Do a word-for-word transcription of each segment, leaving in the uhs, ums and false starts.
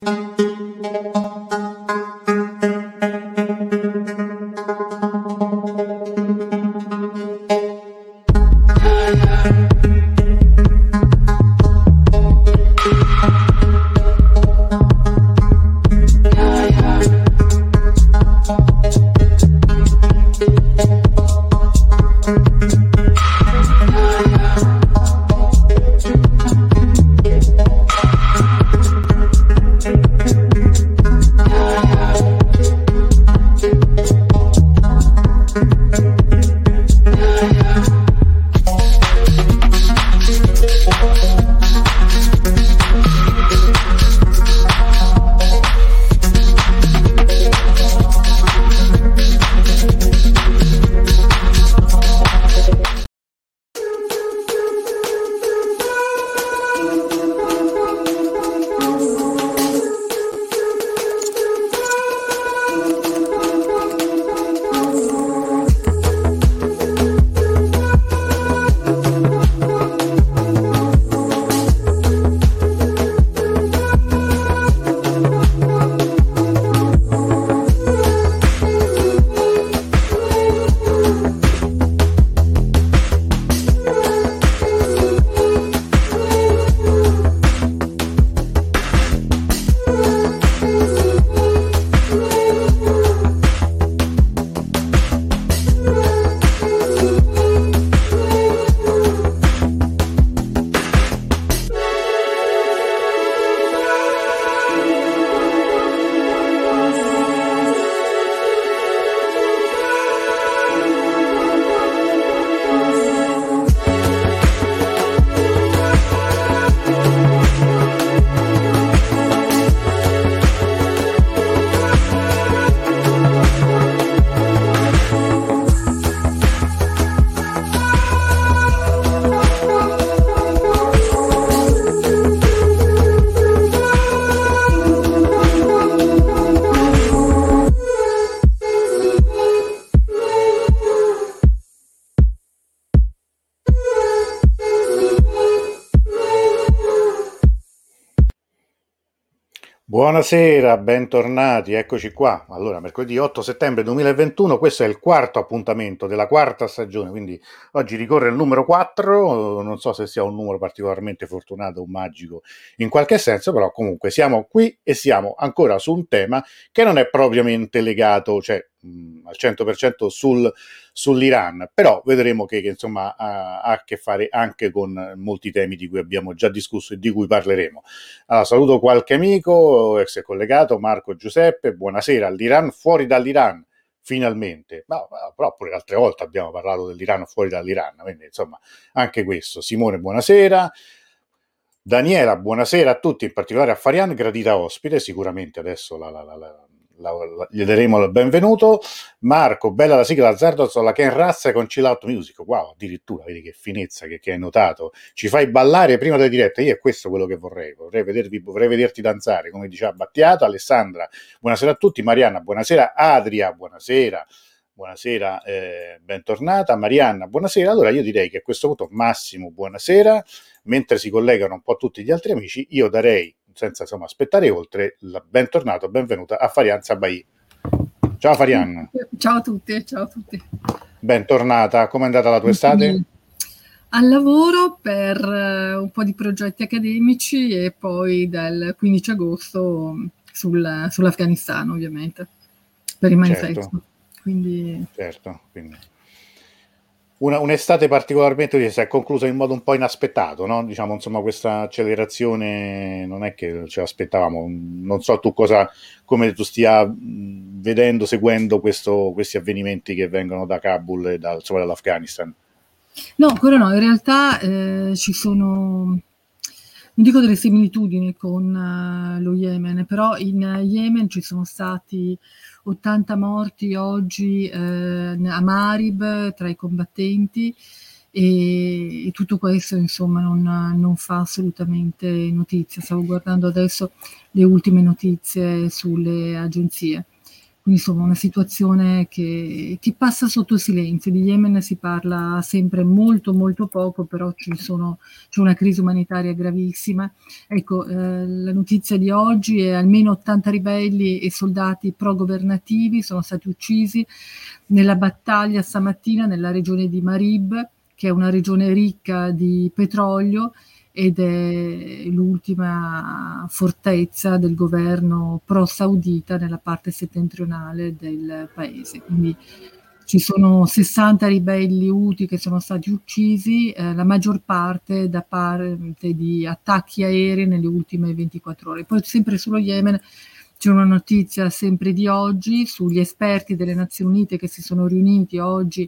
Buonasera, bentornati, eccoci qua. Allora, mercoledì otto settembre duemilaventuno, questo è il quarto appuntamento della quarta stagione, quindi oggi ricorre il numero quattro, non so se sia un numero particolarmente fortunato o magico in qualche senso, però comunque siamo qui e siamo ancora su un tema che non è propriamente legato, cioè mh, al cento per cento sul, sull'Iran, però vedremo che, che insomma ha, ha a che fare anche con molti temi di cui abbiamo già discusso e di cui parleremo. Allora, saluto qualche amico, ex collegato, Marco Giuseppe, buonasera. L'Iran fuori dall'Iran, finalmente. Ma, ma, però pure altre volte abbiamo parlato dell'Iran fuori dall'Iran, quindi insomma anche questo. Simone, buonasera. Daniela, buonasera a tutti, in particolare a Farian, gradita ospite, sicuramente adesso la, la, la, la, la, la, gli daremo il benvenuto. Marco, bella la sigla Zardoz, la Ken Razza con Chill Out Music, wow, addirittura, vedi che finezza che, che hai notato, ci fai ballare prima delle dirette, io è questo quello che vorrei, vorrei, vedervi, vorrei vederti danzare, come diceva Battiato. Alessandra, buonasera a tutti. Marianna, buonasera. Adria, buonasera. Buonasera, eh, bentornata. Marianna, buonasera. Allora io direi che a questo punto Massimo, buonasera. Mentre si collegano un po' tutti gli altri amici, io darei, senza insomma aspettare oltre, la bentornato, benvenuta a Farian Sabai. Ciao Farian. Ciao a tutti, ciao a tutti. Bentornata, com'è andata la tua estate? Al lavoro per uh, un po' di progetti accademici e poi dal quindici agosto sul, sull'Afghanistan, ovviamente, per il manifesto. Certo. Quindi... Certo, quindi... Una, un'estate particolarmente si è conclusa in modo un po' inaspettato, no? Diciamo, insomma, questa accelerazione non è che ce l'aspettavamo. Non so tu cosa, come tu stia mh, vedendo, seguendo questo, questi avvenimenti che vengono da Kabul e da, insomma, dall'Afghanistan. No, ancora no. In realtà eh, ci sono, non dico delle similitudini con uh, lo Yemen, però in Yemen ci sono stati ottanta morti oggi eh, a Marib tra i combattenti e, e tutto questo insomma non, non fa assolutamente notizia. Stavo guardando adesso le ultime notizie sulle agenzie Quindi insomma una situazione che, che passa sotto silenzio. Di Yemen si parla sempre molto molto poco, però ci sono, c'è una crisi umanitaria gravissima. Ecco, eh, la notizia di oggi è almeno ottanta ribelli e soldati pro-governativi sono stati uccisi nella battaglia stamattina nella regione di Marib, che è una regione ricca di petrolio, ed è l'ultima fortezza del governo pro-saudita nella parte settentrionale del paese. Quindi ci sono sessanta ribelli Houthi che sono stati uccisi, eh, la maggior parte da parte di attacchi aerei nelle ultime ventiquattro ore. Poi sempre sullo Yemen c'è una notizia sempre di oggi sugli esperti delle Nazioni Unite che si sono riuniti oggi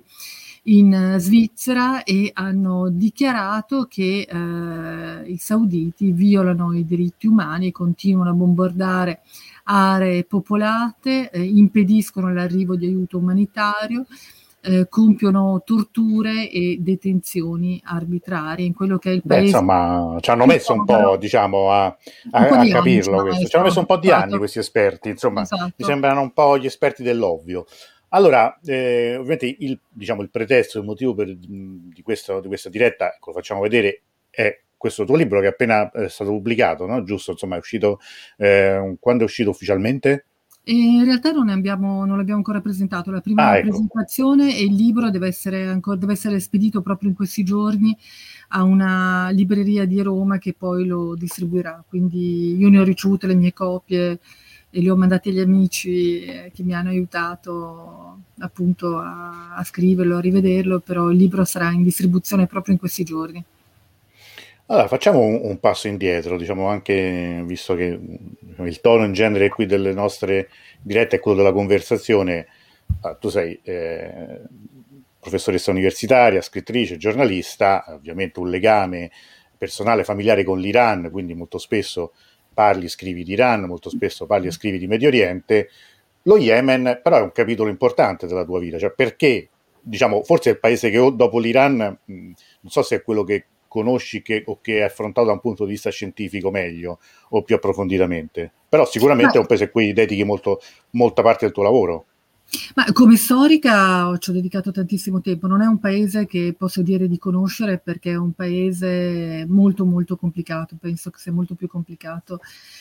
in Svizzera e hanno dichiarato che eh, i sauditi violano i diritti umani e continuano a bombardare aree popolate, eh, impediscono l'arrivo di aiuto umanitario, eh, compiono torture e detenzioni arbitrarie in quello che è il Beh, paese insomma, ci hanno più messo un po', povero. diciamo, a, Un a- po' a di anni ci capirlo hanno questo. Ci hanno messo, messo un po' di anni esatto, questi esperti, insomma, mi esatto. sembrano un po' gli esperti dell'ovvio. Allora, eh, ovviamente il, diciamo, il pretesto, il motivo per- di, questo- di questa diretta, ecco, lo facciamo vedere, è questo tuo libro che è appena eh, stato pubblicato, no? Giusto? Insomma, è uscito, eh, quando è uscito ufficialmente? E in realtà non, ne abbiamo, non l'abbiamo ancora presentato. La prima Ah, ecco. presentazione e il libro deve essere, ancora, deve essere spedito proprio in questi giorni a una libreria di Roma che poi lo distribuirà. Quindi io ne ho ricevute le mie copie e le ho mandate agli amici eh, che mi hanno aiutato appunto a, a scriverlo, a rivederlo, però il libro sarà in distribuzione proprio in questi giorni. Allora, facciamo un, un passo indietro, diciamo anche, visto che mm, il tono in genere qui delle nostre dirette è quello della conversazione. Ah, tu sei eh, professoressa universitaria, scrittrice, giornalista, ovviamente un legame personale, familiare con l'Iran, quindi molto spesso parli e scrivi di Iran, molto spesso parli e scrivi di Medio Oriente. Lo Yemen però è un capitolo importante della tua vita, cioè perché, diciamo, forse è il paese che dopo l'Iran, mh, non so se è quello che conosci che, o che hai affrontato da un punto di vista scientifico meglio o più approfonditamente, però Ma sicuramente è un paese a cui dedichi molto, molta parte del tuo lavoro. Ma come storica ci ho dedicato tantissimo tempo. Non è un paese che posso dire di conoscere perché è un paese molto molto complicato, penso che sia molto più complicato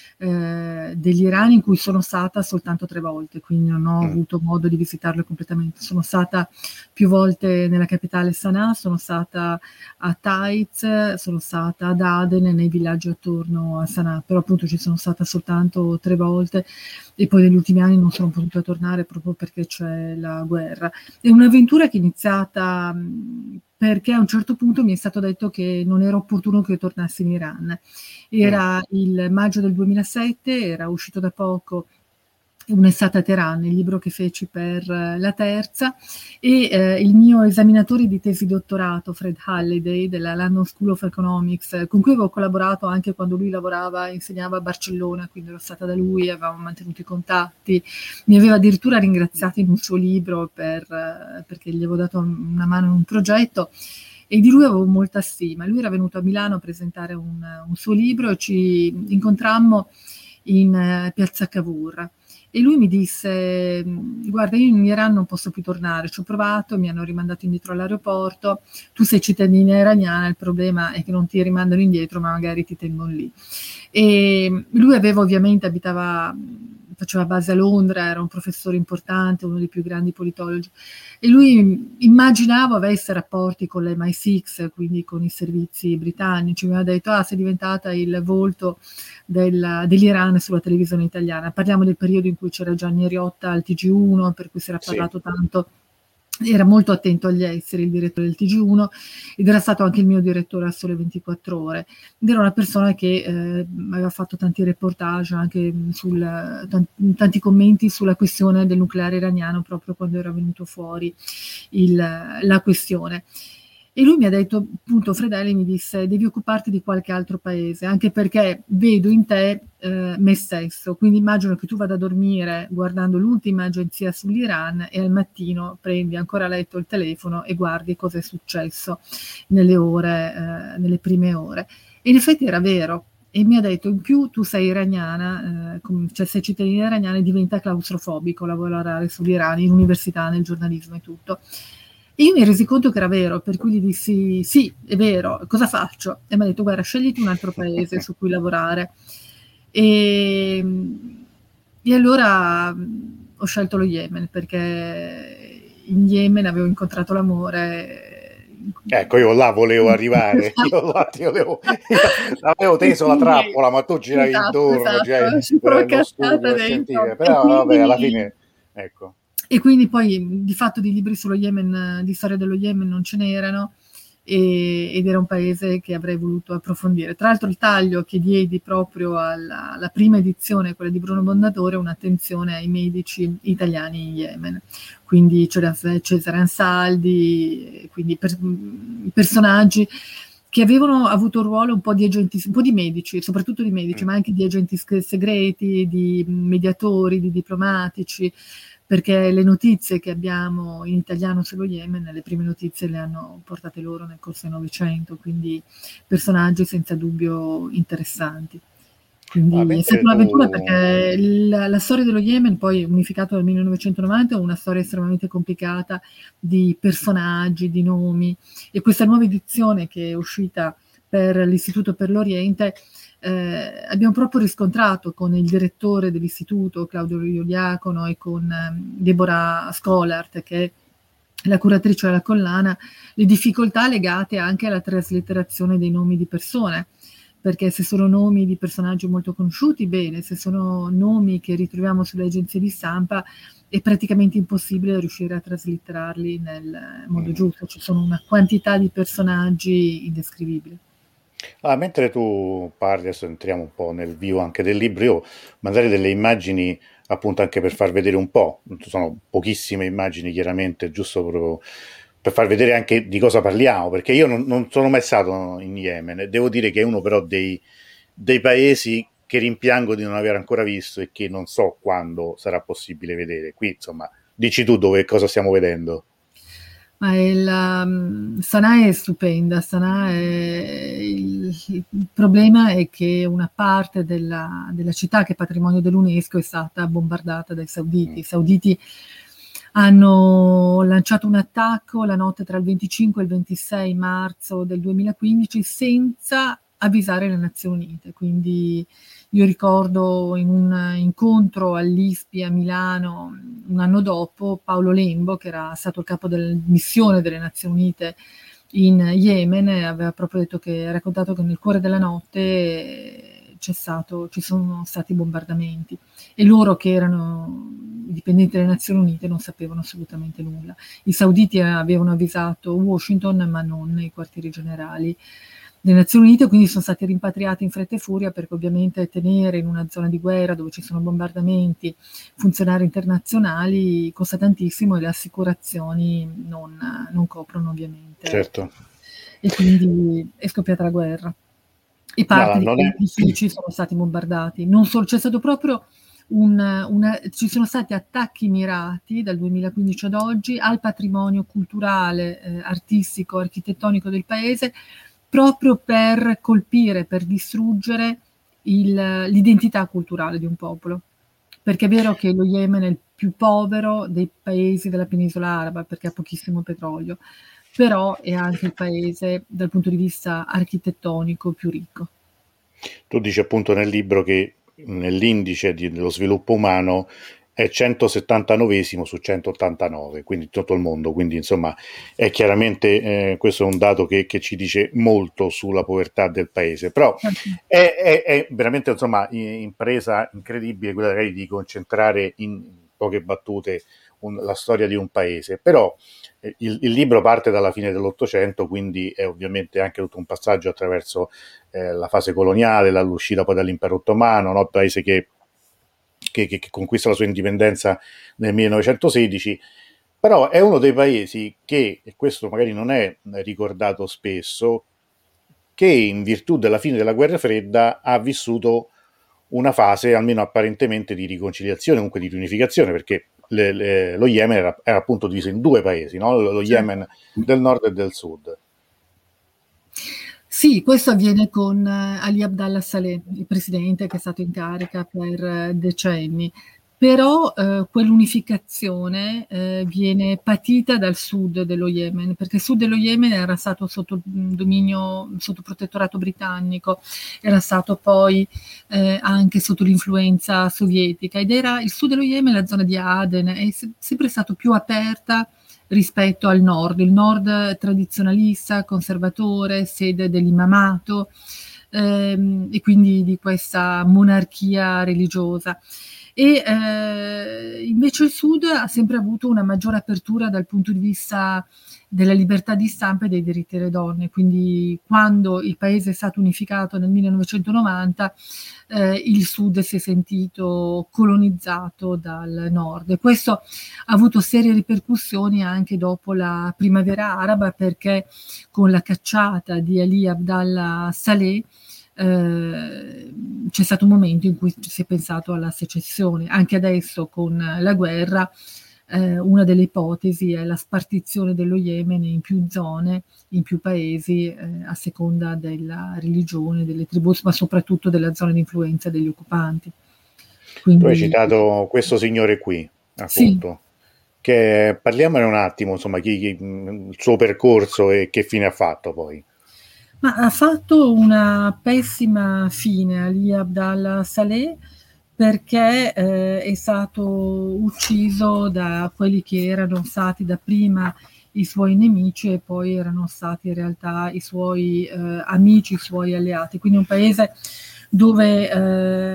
eh, degli Iran in cui sono stata soltanto tre volte, quindi non ho Mm. avuto modo di visitarlo completamente. Sono stata più volte nella capitale Sana'a, sono stata a Taiz, sono stata ad Aden e nei villaggi attorno a Sana'a, però appunto ci sono stata soltanto tre volte e poi negli ultimi anni non sono potuta tornare proprio perché c'è la guerra. È un'avventura che è iniziata mh, perché a un certo punto mi è stato detto che non era opportuno che io tornassi in Iran. Mm. Era il maggio del duemilasette, era uscito da poco Un'estate a Teheran, il libro che feci per eh, la terza, e eh, il mio esaminatore di tesi dottorato, Fred Halliday, della London School of Economics, con cui avevo collaborato anche quando lui lavorava, insegnava a Barcellona, quindi ero stata da lui, avevamo mantenuto i contatti, mi aveva addirittura ringraziato in un suo libro per, eh, perché gli avevo dato una mano in un progetto, e di lui avevo molta stima. Lui era venuto a Milano a presentare un, un suo libro e ci incontrammo in eh, piazza Cavour. E lui mi disse: guarda, io in Iran non posso più tornare, ci ho provato, mi hanno rimandato indietro all'aeroporto, tu sei cittadina iraniana, il problema è che non ti rimandano indietro, ma magari ti tengono lì. E lui aveva ovviamente, abitava, faceva base a Londra, era un professore importante, uno dei più grandi politologi, e lui immaginavo avesse rapporti con l'M I sei, quindi con i servizi britannici. Mi aveva detto: ah, sei diventata il volto del, dell'Iran sulla televisione italiana. Parliamo del periodo in cui c'era Gianni Riotta al T G uno, per cui si era Sì. parlato tanto. Era molto attento agli esteri, il direttore del T G uno, ed era stato anche il mio direttore a Sole ventiquattro Ore. Ed era una persona che eh, aveva fatto tanti reportage, anche sul, tanti, tanti commenti sulla questione del nucleare iraniano, proprio quando era venuto fuori il, la questione. E lui mi ha detto, appunto, Fredelli mi disse: devi occuparti di qualche altro paese, anche perché vedo in te eh, me stesso, quindi immagino che tu vada a dormire guardando l'ultima agenzia sull'Iran e al mattino prendi ancora a letto il telefono e guardi cosa è successo nelle ore, eh, nelle prime ore. E in effetti era vero. e mi ha detto: in più tu sei iraniana, eh, com- cioè sei cittadina iraniana e diventa claustrofobico lavorare sull'Iran in università, nel giornalismo e tutto. E io mi resi conto che era vero, per cui gli dissi: sì, è vero, cosa faccio? E mi ha detto: guarda, scegliti un altro paese su cui lavorare. E, e allora mh, ho scelto lo Yemen, perché in Yemen avevo incontrato l'amore. Ecco, io là volevo arrivare, io Esatto. là ti volevo, io avevo E teso la quindi trappola, ma tu giravi esatto, intorno, esatto, giravi ci per sono lo cascata stupido per sentire, dentro. E però vabbè, alla quindi fine, ecco. e quindi poi di fatto di libri sullo Yemen, di storia dello Yemen non ce n'erano, e, ed era un paese che avrei voluto approfondire. Tra l'altro il taglio che diedi proprio alla, alla prima edizione, quella di Bruno Mondadori, un'attenzione ai medici italiani in Yemen. Quindi c'era Cesare Ansaldi, quindi per, personaggi che avevano avuto un ruolo un po' di agenti, un po' di medici, soprattutto di medici, Mm. ma anche di agenti segreti, di mediatori, di diplomatici, perché le notizie che abbiamo in italiano sullo Yemen, le prime notizie le hanno portate loro nel corso del Novecento, quindi personaggi senza dubbio interessanti. Ah, Quindi è stata mentre un'avventura, tu... perché la, la storia dello Yemen, poi unificato nel millenovecentonovanta, è una storia estremamente complicata di personaggi, di nomi, e questa nuova edizione che è uscita per l'Istituto per l'Oriente, eh, abbiamo proprio riscontrato con il direttore dell'istituto, Claudio Ioliacono, e con eh, Deborah Scholart, che è la curatrice della collana, le difficoltà legate anche alla traslitterazione dei nomi di persone, perché se sono nomi di personaggi molto conosciuti, bene; se sono nomi che ritroviamo sulle agenzie di stampa, è praticamente impossibile riuscire a traslitterarli nel modo Mhm. giusto. Ci sono una quantità di personaggi indescrivibili. Ah, mentre tu parli, adesso entriamo un po' nel vivo anche del libro, io mandare delle immagini appunto anche per far vedere un po', sono pochissime immagini chiaramente, giusto proprio per far vedere anche di cosa parliamo, perché io non, non sono mai stato in Yemen e devo dire che è uno però dei, dei paesi che rimpiango di non aver ancora visto e che non so quando sarà possibile vedere. Qui, insomma, dici tu dove cosa stiamo vedendo. Ma il, um, Sana'a è stupenda. Sana'a è, il, il problema è che una parte della, della città, che è patrimonio dell'UNESCO, è stata bombardata dai sauditi. Mm. I sauditi hanno lanciato un attacco la notte tra il venticinque e il ventisei marzo del duemilaquindici senza avvisare le Nazioni Unite. Quindi io ricordo, in un incontro all'I S P I a Milano un anno dopo, Paolo Lembo, che era stato il capo della missione delle Nazioni Unite in Yemen, aveva proprio detto che, raccontato che nel cuore della notte c'è stato, ci sono stati bombardamenti, e loro, che erano dipendenti delle Nazioni Unite, non sapevano assolutamente nulla. I sauditi avevano avvisato Washington, ma non i quartieri generali delle Nazioni Unite, quindi sono stati rimpatriati in fretta e furia, perché ovviamente tenere in una zona di guerra dove ci sono bombardamenti funzionari internazionali costa tantissimo, e le assicurazioni non, non coprono ovviamente, Certo. e quindi è scoppiata la guerra. E No, parte no, di non quegli è... edifici sono stati bombardati. Non solo, c'è stato proprio un, una, ci sono stati attacchi mirati dal duemilaquindici ad oggi al patrimonio culturale, eh, artistico, architettonico del paese, proprio per colpire, per distruggere il- l'identità culturale di un popolo. Perché è vero che lo Yemen è il più povero dei paesi della penisola araba, perché ha pochissimo petrolio, però è anche il paese, dal punto di vista architettonico, più ricco. Tu dici appunto nel libro che nell'indice di- dello sviluppo umano è centosettantanovesimo su centottantanove, quindi tutto il mondo, quindi insomma è chiaramente eh, questo è un dato che, che ci dice molto sulla povertà del paese, però è, è- è veramente insomma i- impresa incredibile quella magari di concentrare in poche battute un- la storia di un paese, però eh, il, il libro parte dalla fine dell'Ottocento, quindi è ovviamente anche tutto un passaggio attraverso eh, la fase coloniale, l'uscita poi dall'impero ottomano, no? Il paese che, che, che, che conquista la sua indipendenza nel millenovecentosedici, però è uno dei paesi che, e questo magari non è ricordato spesso, che in virtù della fine della guerra fredda ha vissuto una fase almeno apparentemente di riconciliazione, comunque di riunificazione, perché le, le, lo Yemen era, era appunto diviso in due paesi, no? Lo Certo. Yemen del nord e del sud. Sì, questo avviene con Ali Abdallah Saleh, il presidente che è stato in carica per decenni. Però eh, quell'unificazione eh, viene patita dal sud dello Yemen, perché il sud dello Yemen era stato sotto dominio, sotto protettorato britannico, era stato poi eh, anche sotto l'influenza sovietica, ed era il sud dello Yemen, la zona di Aden, è se- sempre stato più aperta rispetto al nord, il nord tradizionalista, conservatore, sede dell'imamato, ehm, e quindi di questa monarchia religiosa. E eh, invece il sud ha sempre avuto una maggiore apertura dal punto di vista della libertà di stampa e dei diritti delle donne. Quindi quando il paese è stato unificato nel millenovecentonovanta, eh, il sud si è sentito colonizzato dal nord, e questo ha avuto serie ripercussioni anche dopo la primavera araba, perché con la cacciata di Ali Abdallah Saleh eh, c'è stato un momento in cui si è pensato alla secessione. Anche adesso con la guerra eh, una delle ipotesi è la spartizione dello Yemen in più zone, in più paesi, eh, a seconda della religione, delle tribù, ma soprattutto della zona di influenza degli occupanti. Tu hai Quindi citato questo signore qui, sì. appunto, che parliamone un attimo, insomma, chi, chi- il suo percorso e che fine ha fatto poi. Ma ha fatto una pessima fine Ali Abdallah Saleh, perché eh, è stato ucciso da quelli che erano stati dapprima i suoi nemici e poi erano stati in realtà i suoi eh, amici, i suoi alleati. Quindi un paese dove, eh,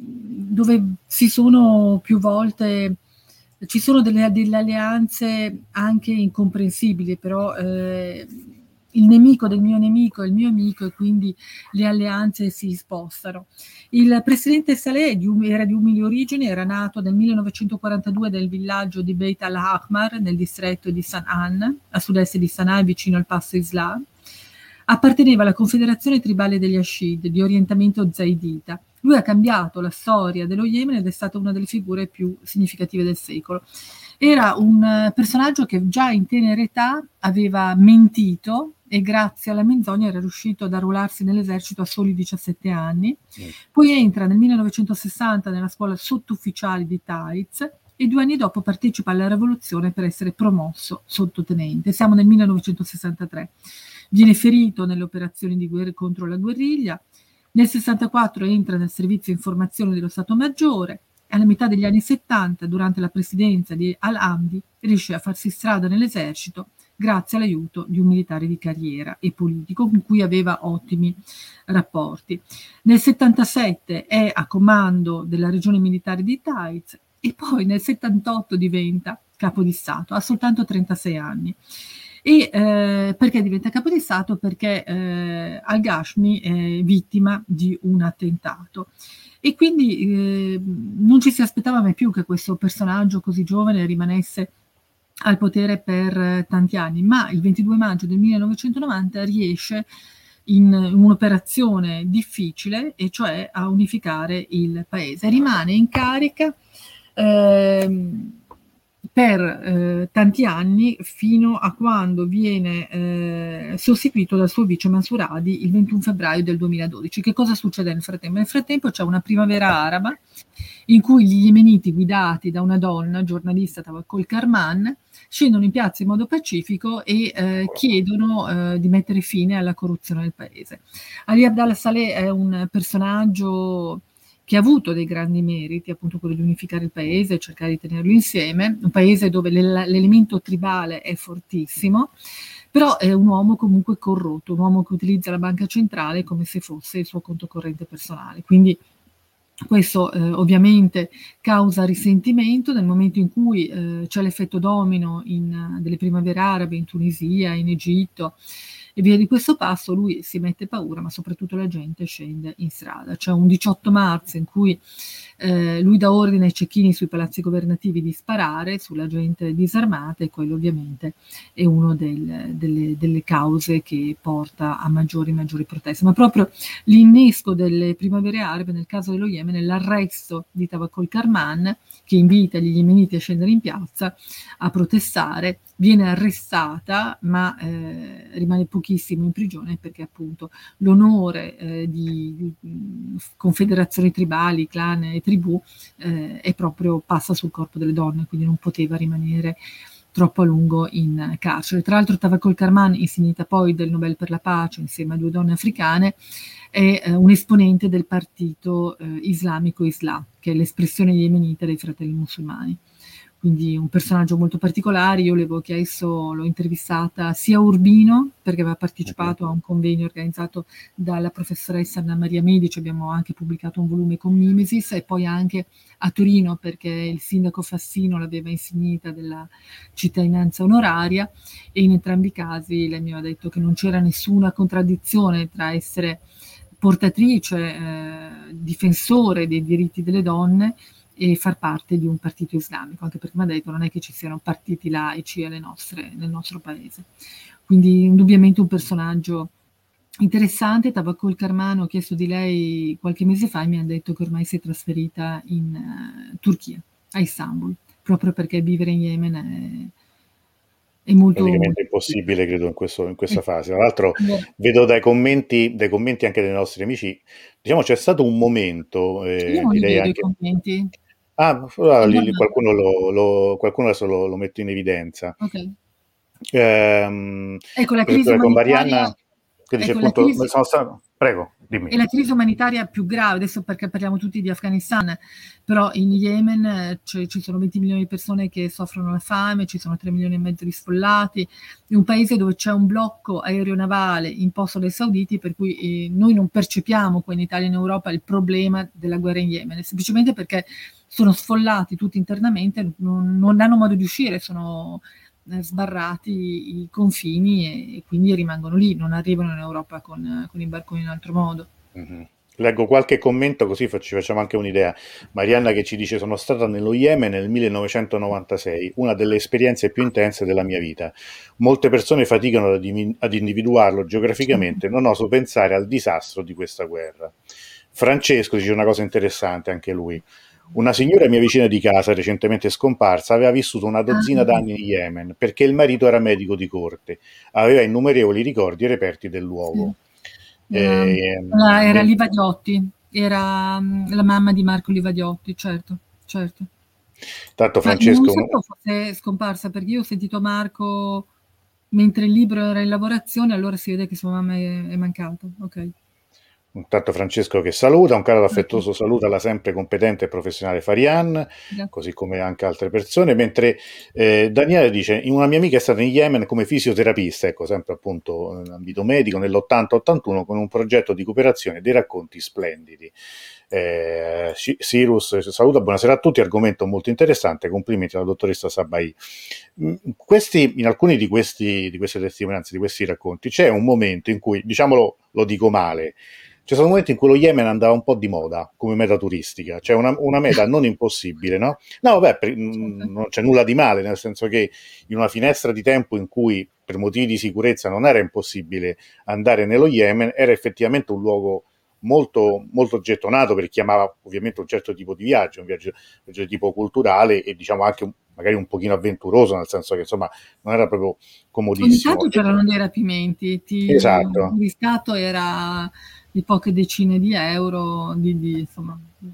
dove si sono più volte, ci sono delle, delle alleanze anche incomprensibili, però eh, il nemico del mio nemico è il mio amico, e quindi le alleanze si spostano. Il presidente Saleh di um- era di umili origini, era nato nel millenovecentoquarantadue nel villaggio di Beit al-Ahmar, nel distretto di San'an, a sud-est di Sana'a, vicino al passo Islam. Apparteneva alla confederazione tribale degli Ashid, di orientamento zaidita. Lui ha cambiato la storia dello Yemen ed è stata una delle figure più significative del secolo. Era un eh, personaggio che già in tenera età aveva mentito, e grazie alla menzogna era riuscito ad arruolarsi nell'esercito a soli diciassette anni. Mm. Poi entra nel millenovecentosessanta nella scuola sottufficiali di Taiz e due anni dopo partecipa alla rivoluzione per essere promosso sottotenente. Siamo nel millenovecentosessantatré. Viene ferito nelle operazioni di guerra contro la guerriglia. Nel sessantaquattro entra nel servizio informazione dello Stato Maggiore. Alla metà degli anni settanta, durante la presidenza di Al-Hamdi, riesce a farsi strada nell'esercito grazie all'aiuto di un militare di carriera e politico con cui aveva ottimi rapporti. Nel settantasette è a comando della regione militare di Taiz e poi nel settantotto diventa capo di Stato, ha soltanto trentasei anni. E eh, perché diventa capo di Stato? Perché eh, Al-Ghashmi è vittima di un attentato. E quindi eh, non ci si aspettava mai più che questo personaggio così giovane rimanesse al potere per tanti anni, ma il ventidue maggio del millenovecentonovanta riesce in un'operazione difficile, e cioè a unificare il paese. Rimane in carica ehm, per eh, tanti anni, fino a quando viene eh, sostituito dal suo vice Mansuradi il ventuno febbraio del duemiladodici. Che cosa succede nel frattempo? Nel frattempo c'è una primavera araba in cui gli yemeniti, guidati da una donna, giornalista Tawakkol Karman, scendono in piazza in modo pacifico e eh, chiedono eh, di mettere fine alla corruzione del paese. Ali Abdallah Saleh è un personaggio che ha avuto dei grandi meriti, appunto quello di unificare il paese e cercare di tenerlo insieme, un paese dove l'elemento tribale è fortissimo, però è un uomo comunque corrotto, un uomo che utilizza la banca centrale come se fosse il suo conto corrente personale. Quindi questo eh, ovviamente causa risentimento nel momento in cui eh, c'è l'effetto domino in, uh, delle primavere arabe in Tunisia, in Egitto e via di questo passo. Lui si mette paura, ma soprattutto la gente scende in strada. C'è un diciotto marzo in cui eh, lui dà ordine ai cecchini sui palazzi governativi di sparare sulla gente disarmata, e quello ovviamente è una del, delle, delle cause che porta a maggiori maggiori proteste. Ma proprio l'innesco delle primavere arabe nel caso dello Yemen è l'arresto di Tawakkol Karman, che invita gli yemeniti a scendere in piazza a protestare, viene arrestata, ma eh, rimane pochissimo in prigione perché appunto l'onore eh, di, di confederazioni tribali, clan e tribù eh, è proprio passa sul corpo delle donne, quindi non poteva rimanere troppo a lungo in carcere. Tra l'altro Tawakkol Karman, insignita poi del Nobel per la pace insieme a due donne africane, è eh, un esponente del partito eh, islamico Islah, che è l'espressione yemenita dei fratelli musulmani. Quindi un personaggio molto particolare. Io l'avevo chiesto, l'ho intervistata sia a Urbino, perché aveva partecipato a un convegno organizzato dalla professoressa Anna Maria Medici, abbiamo anche pubblicato un volume con Mimesis, e poi anche a Torino, perché il sindaco Fassino l'aveva insignita della cittadinanza onoraria, e in entrambi i casi lei mi aveva detto che non c'era nessuna contraddizione tra essere portatrice, eh, difensore dei diritti delle donne e far parte di un partito islamico, anche perché mi ha detto non è che ci siano partiti laici alle nostre, nel nostro paese. Quindi indubbiamente un personaggio interessante. Tawakkol Karman, ho chiesto di lei qualche mese fa e mi ha detto che ormai si è trasferita in uh, Turchia, a Istanbul, proprio perché vivere in Yemen è, è molto... praticamente impossibile, credo, in, questo, in questa fase. Tra l'altro vedo dai commenti, dai commenti anche dei nostri amici, diciamo c'è stato un momento, Io eh, non li direi vedo i anche... commenti. Ah, allora, lì, qualcuno, lo, lo, qualcuno adesso lo, lo metto in evidenza. Ok. Ehm, Ecco, la per crisi esempio con umanitaria... Marianna, che dice Ecco, la appunto, crisi... sono stato... Prego, dimmi. È la crisi umanitaria più grave, adesso perché parliamo tutti di Afghanistan, però in Yemen cioè, ci sono venti milioni di persone che soffrono la fame, ci sono tre milioni e mezzo di sfollati, è un paese dove c'è un blocco aeronavale imposto dai sauditi, per cui eh, noi non percepiamo qua in Italia e in Europa il problema della guerra in Yemen, semplicemente perché sono sfollati tutti internamente, non, non hanno modo di uscire, sono sbarrati i confini e, e quindi rimangono lì, non arrivano in Europa con, con i barconi in altro modo. Mm-hmm. Leggo qualche commento così ci facciamo anche un'idea. Marianna che ci dice: sono stata nello Yemen nel millenovecentonovantasei, una delle esperienze più intense della mia vita. Molte persone faticano ad, ad individuarlo geograficamente, non oso pensare al disastro di questa guerra. Francesco dice una cosa interessante anche lui. Una signora mia vicina di casa, recentemente scomparsa, aveva vissuto una dozzina d'anni in Yemen perché il marito era medico di corte, aveva innumerevoli ricordi e reperti del luogo. Sì. Era, E, era, era Livadiotti, era um, la mamma di Marco Livadiotti, certo, certo. Tanto Ma non Francesco... sapevo fosse scomparsa, perché io ho sentito Marco mentre il libro era in lavorazione, allora si vede che sua mamma è, è mancata. Ok. Intanto Francesco che saluta, un caro affettuoso saluto alla sempre competente e professionale Farian, così come anche altre persone, mentre eh, Daniele dice: una mia amica è stata in Yemen come fisioterapista, ecco, sempre appunto in ambito medico, nell'ottanta ottantuno con un progetto di cooperazione, dei racconti splendidi. Eh, Cyrus saluta, buonasera a tutti, argomento molto interessante, complimenti alla dottoressa Sabai. Questi, in alcuni di, questi, di queste testimonianze, di questi racconti, c'è un momento in cui, diciamolo, lo dico male, c'è stato un momento in cui lo Yemen andava un po' di moda come meta turistica, cioè una, una meta non impossibile, no? No, vabbè, per, mh, non c'è nulla di male, nel senso che in una finestra di tempo in cui per motivi di sicurezza non era impossibile andare nello Yemen, era effettivamente un luogo molto, molto gettonato, perché chiamava ovviamente un certo tipo di viaggio, un viaggio, un viaggio di tipo culturale e diciamo anche un, magari un pochino avventuroso, nel senso che insomma non era proprio comodissimo. Ogni tanto c'erano dei rapimenti, ti, Esatto. il riscatto era di poche decine di euro, di, di insomma...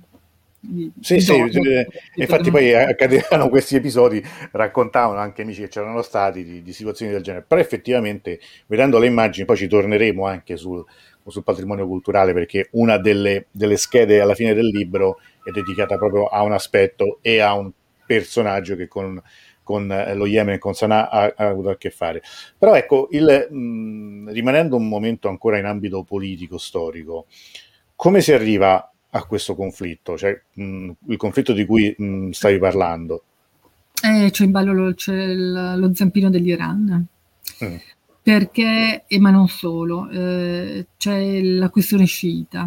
Di, sì, di sì, dollari, infatti poi accadevano questi episodi, raccontavano anche amici che c'erano stati di, di situazioni del genere, però effettivamente vedendo le immagini poi ci torneremo anche sul, sul patrimonio culturale, perché una delle, delle schede alla fine del libro è dedicata proprio a un aspetto e a un personaggio che con, con lo Yemen, con Sana'a ha, ha avuto a che fare. Però ecco, il, mh, rimanendo un momento ancora in ambito politico, storico, come si arriva a questo conflitto, cioè mh, il conflitto di cui mh, stavi parlando? Eh, c'è in ballo lo, c'è il, lo zampino dell'Iran. Mm. Perché, e ma non solo, eh, c'è la questione sciita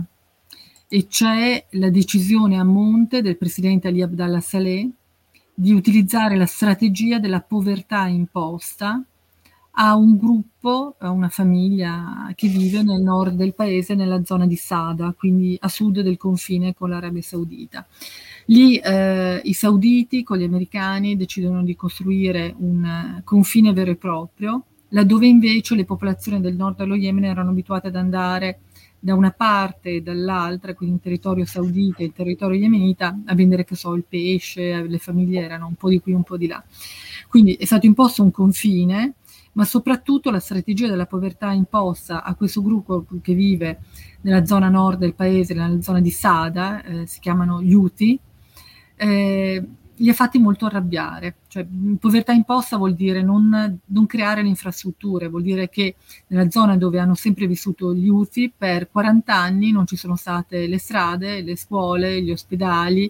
e c'è la decisione a monte del presidente Ali Abdallah Saleh di utilizzare la strategia della povertà imposta a un gruppo, a una famiglia che vive nel nord del paese, nella zona di Sada, quindi a sud del confine con l'Arabia Saudita. Lì eh, i sauditi con gli americani decidono di costruire un confine vero e proprio, laddove invece le popolazioni del nord dello Yemen erano abituate ad andare da una parte e dall'altra, quindi in territorio saudita e in territorio yemenita, a vendere, che so, il pesce, le famiglie erano un po' di qui, un po' di là. Quindi è stato imposto un confine, ma soprattutto la strategia della povertà imposta a questo gruppo che vive nella zona nord del paese, nella zona di Sada, eh, si chiamano gli Houthi, eh, li ha fatti molto arrabbiare. Cioè, povertà imposta vuol dire non, non creare le infrastrutture, vuol dire che nella zona dove hanno sempre vissuto gli Houthi per quaranta anni non ci sono state le strade, le scuole, gli ospedali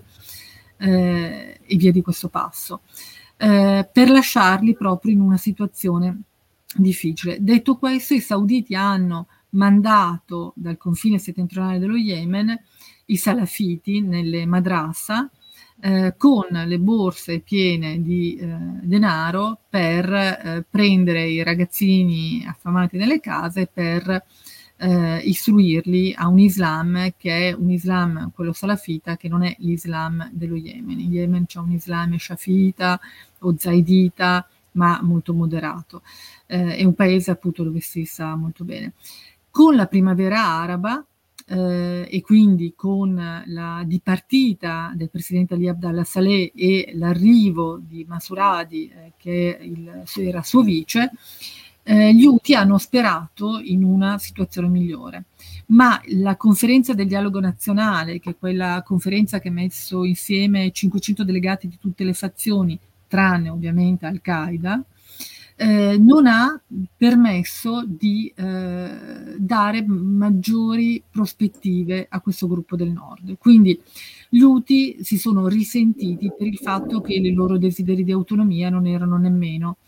eh, e via di questo passo, eh, per lasciarli proprio in una situazione difficile. Detto questo, i sauditi hanno mandato dal confine settentrionale dello Yemen i salafiti nelle madrasa, eh, con le borse piene di eh, denaro per eh, prendere i ragazzini affamati nelle case, per eh, istruirli a un Islam che è un Islam, quello salafita, che non è l'Islam dello Yemen. In Yemen c'è un Islam shafiita o zaidita, ma molto moderato. Eh, è un paese appunto dove si sta molto bene. Con la primavera araba, eh, e quindi con la dipartita del presidente Ali Abdallah Saleh e l'arrivo di Mansur Hadi, eh, che il, era suo vice, eh, gli Houthi hanno sperato in una situazione migliore. Ma la conferenza del dialogo nazionale, che è quella conferenza che ha messo insieme cinquecento delegati di tutte le fazioni, tranne ovviamente Al-Qaeda, eh, non ha permesso di eh, dare maggiori prospettive a questo gruppo del nord. Quindi gli Houthi si sono risentiti per il fatto che i loro desideri di autonomia non erano nemmeno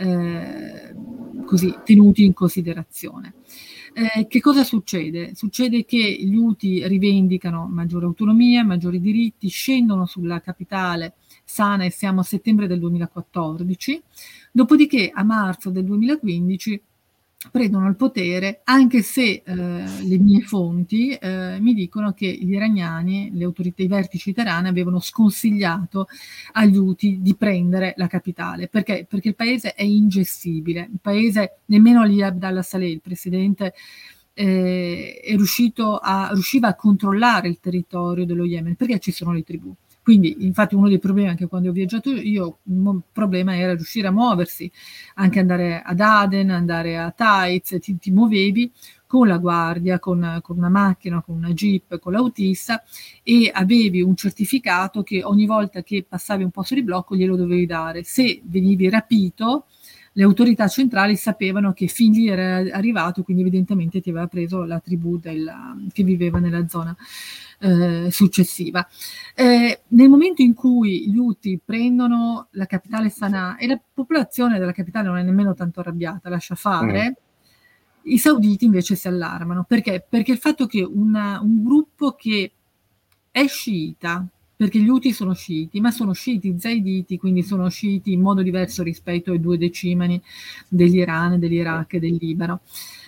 eh, così tenuti in considerazione. Eh, che cosa succede? Succede che gli Houthi rivendicano maggiore autonomia, maggiori diritti, scendono sulla capitale Sana, e siamo a settembre del duemilaquattordici, dopodiché a marzo del duemilaquindici prendono il potere, anche se eh, le mie fonti eh, mi dicono che gli iraniani, le autorità, i vertici teherani, avevano sconsigliato agli Houthi di prendere la capitale. Perché? Perché il paese è ingestibile. Il paese, nemmeno Ali Abdallah Saleh, il presidente, eh, è riuscito a, riusciva a controllare il territorio dello Yemen, perché ci sono le tribù. Quindi, infatti, uno dei problemi, anche quando ho viaggiato io, un problema era riuscire a muoversi, anche andare ad Aden, andare a Taiz, ti, ti muovevi con la guardia, con, con una macchina, con una jeep, con l'autista, e avevi un certificato che ogni volta che passavi un posto di blocco glielo dovevi dare. Se venivi rapito, le autorità centrali sapevano che fin lì era arrivato, quindi evidentemente ti aveva preso la tribù della, che viveva nella zona eh, successiva. Eh, nel momento in cui gli Houthi prendono la capitale Sana'a, e la popolazione della capitale non è nemmeno tanto arrabbiata, lascia fare, mm. i sauditi invece si allarmano. Perché? Perché il fatto che una, un gruppo che è sciita, perché gli Houthi sono sciiti, ma sono sciiti zaiditi, quindi sono sciiti in modo diverso rispetto ai due decimani dell'Iran, dell'Iraq e del Libano,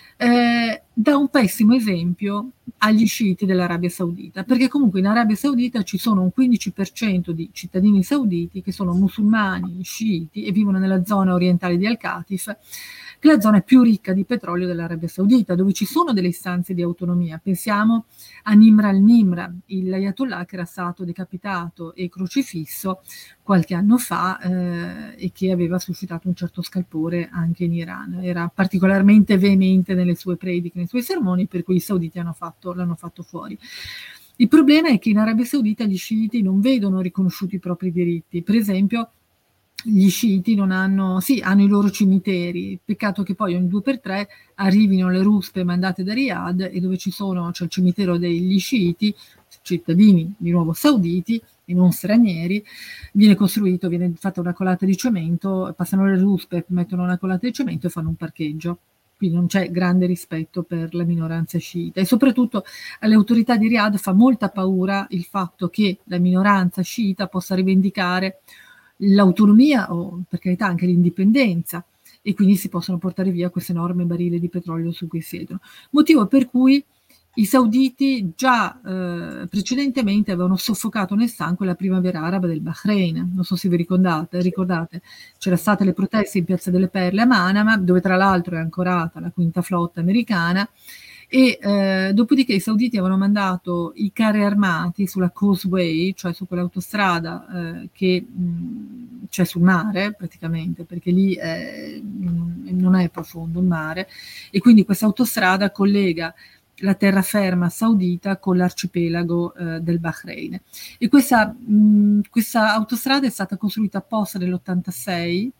eh, dà un pessimo esempio agli sciiti dell'Arabia Saudita, perché comunque in Arabia Saudita ci sono un quindici per cento di cittadini sauditi che sono musulmani, sciiti, e vivono nella zona orientale di Al-Qatif, che è la zona più ricca di petrolio dell'Arabia Saudita, dove ci sono delle istanze di autonomia. Pensiamo a Nimr al-Nimr, l'ayatollah che era stato decapitato e crocifisso qualche anno fa eh, e che aveva suscitato un certo scalpore anche in Iran. Era particolarmente veemente nelle sue prediche, nei suoi sermoni, per cui i sauditi hanno fatto, l'hanno fatto fuori. Il problema è che in Arabia Saudita gli sciiti non vedono riconosciuti i propri diritti. Per esempio, gli sciiti non hanno, sì, hanno i loro cimiteri, peccato che poi ogni due per tre arrivino le ruspe mandate da Riyadh, e dove ci sono, c'è il cimitero degli sciiti, cittadini di nuovo sauditi e non stranieri, viene costruito, viene fatta una colata di cemento, passano le ruspe, mettono una colata di cemento e fanno un parcheggio. Quindi non c'è grande rispetto per la minoranza sciita, e soprattutto alle autorità di Riyadh fa molta paura il fatto che la minoranza sciita possa rivendicare l'autonomia, o per carità anche l'indipendenza, e quindi si possono portare via questo enorme barile di petrolio su cui siedono. Motivo per cui i sauditi già eh, precedentemente avevano soffocato nel sangue la primavera araba del Bahrain. Non so se vi ricordate, ricordate. C'erano state le proteste in Piazza delle Perle a Manama, dove tra l'altro è ancorata la quinta flotta americana, e eh, dopodiché i sauditi avevano mandato i carri armati sulla Causeway, cioè su quell'autostrada eh, che mh, c'è sul mare praticamente, perché lì è, mh, non è profondo il mare, e quindi questa autostrada collega la terraferma saudita con l'arcipelago eh, del Bahrain. E questa, mh, questa autostrada è stata costruita apposta nell'ottantasei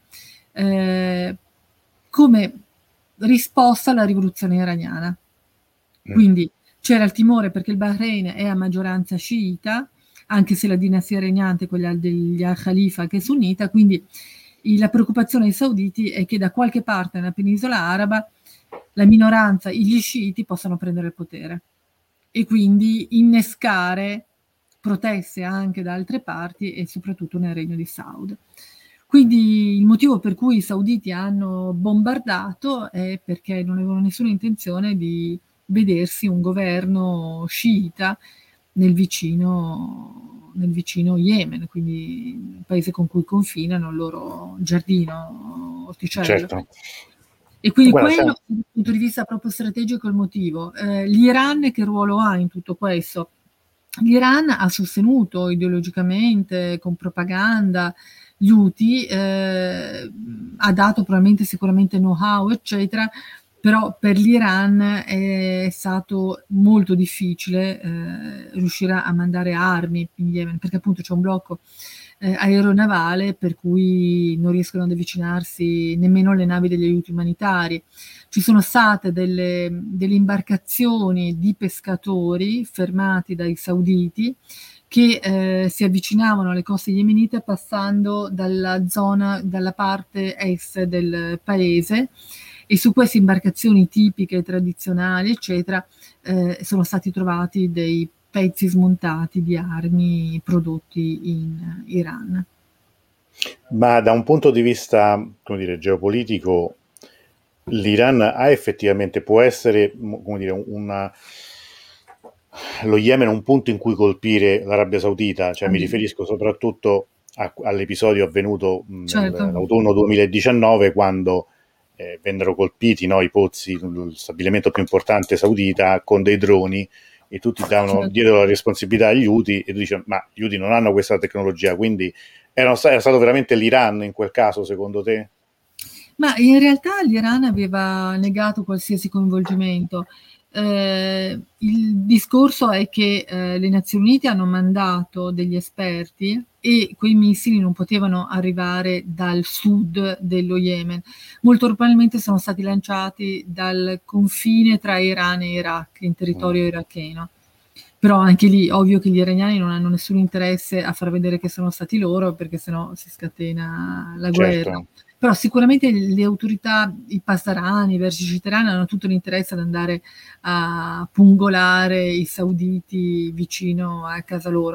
eh, come risposta alla rivoluzione iraniana. Quindi c'era il timore perché il Bahrain è a maggioranza sciita, anche se la dinastia regnante è quella degli al-Khalifa che è sunnita, quindi la preoccupazione dei sauditi è che da qualche parte nella penisola araba la minoranza, gli sciiti, possano prendere il potere e quindi innescare proteste anche da altre parti e soprattutto nel regno di Saud. Quindi il motivo per cui i sauditi hanno bombardato è perché non avevano nessuna intenzione di vedersi un governo sciita nel vicino, nel vicino Yemen, quindi il paese con cui confinano, il loro giardino orticello. Certo. E quindi Guarda, quello dal punto di vista proprio strategico è il motivo. Eh, L'Iran che ruolo ha in tutto questo? L'Iran ha sostenuto ideologicamente, con propaganda, gli Houthi, eh, ha dato probabilmente sicuramente know-how, eccetera, però per l'Iran è stato molto difficile eh, riuscire a mandare armi in Yemen, perché appunto c'è un blocco eh, aeronavale per cui non riescono ad avvicinarsi nemmeno le navi degli aiuti umanitari. Ci sono state delle, delle imbarcazioni di pescatori fermati dai sauditi che eh, si avvicinavano alle coste yemenite passando dalla zona, dalla parte est del paese, e su queste imbarcazioni tipiche, tradizionali, eccetera, eh, sono stati trovati dei pezzi smontati di armi prodotti in Iran. Ma da un punto di vista, come dire, geopolitico, l'Iran ha effettivamente, può essere, come dire, una, lo Yemen un punto in cui colpire l'Arabia Saudita, cioè mi riferisco soprattutto a, all'episodio avvenuto certo. nell'autunno duemiladiciannove, quando eh, vennero colpiti, no, i pozzi, lo stabilimento più importante saudita, con dei droni, e tutti davano certo. dietro la responsabilità agli Houthi, e tu dici, ma gli Houthi non hanno questa tecnologia, quindi era, era stato veramente l'Iran in quel caso, secondo te? Ma in realtà l'Iran aveva negato qualsiasi coinvolgimento. Eh, il discorso è che eh, le Nazioni Unite hanno mandato degli esperti e quei missili non potevano arrivare dal sud dello Yemen. Molto probabilmente sono stati lanciati dal confine tra Iran e Iraq, in territorio iracheno. Però anche lì, ovvio che gli iraniani non hanno nessun interesse a far vedere che sono stati loro, perché sennò si scatena la guerra. Certo. Però sicuramente le autorità, i pasdarani, i vertici terrani hanno tutto l'interesse ad andare a pungolare i sauditi vicino a casa loro.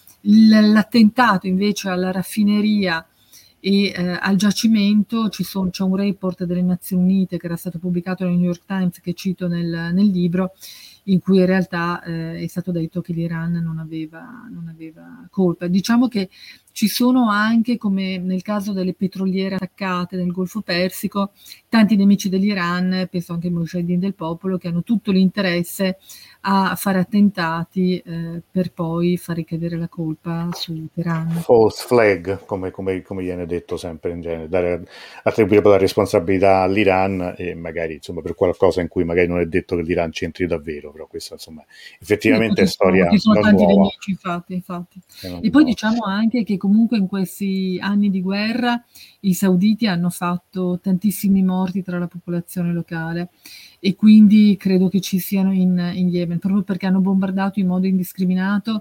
L'attentato invece alla raffineria e eh, al giacimento, ci sono, c'è un report delle Nazioni Unite che era stato pubblicato nel New York Times, che cito nel, nel libro, in cui in realtà eh, è stato detto che l'Iran non aveva, non aveva colpa. Diciamo che ci sono anche, come nel caso delle petroliere attaccate nel Golfo Persico, tanti nemici dell'Iran, penso anche ai Mujahideen del popolo, che hanno tutto l'interesse a fare attentati eh, per poi far ricadere la colpa su Teheran. False flag, come, come, come viene detto sempre in genere, dare, attribuire la responsabilità all'Iran, e magari insomma per qualcosa in cui magari non è detto che l'Iran c'entri davvero, però questa insomma effettivamente sì, è storia ci sono non tanti nuova. nemici, infatti, infatti. E poi diciamo anche che comunque in questi anni di guerra i sauditi hanno fatto tantissimi morti tra la popolazione locale, e quindi credo che ci siano in, in Yemen, proprio perché hanno bombardato in modo indiscriminato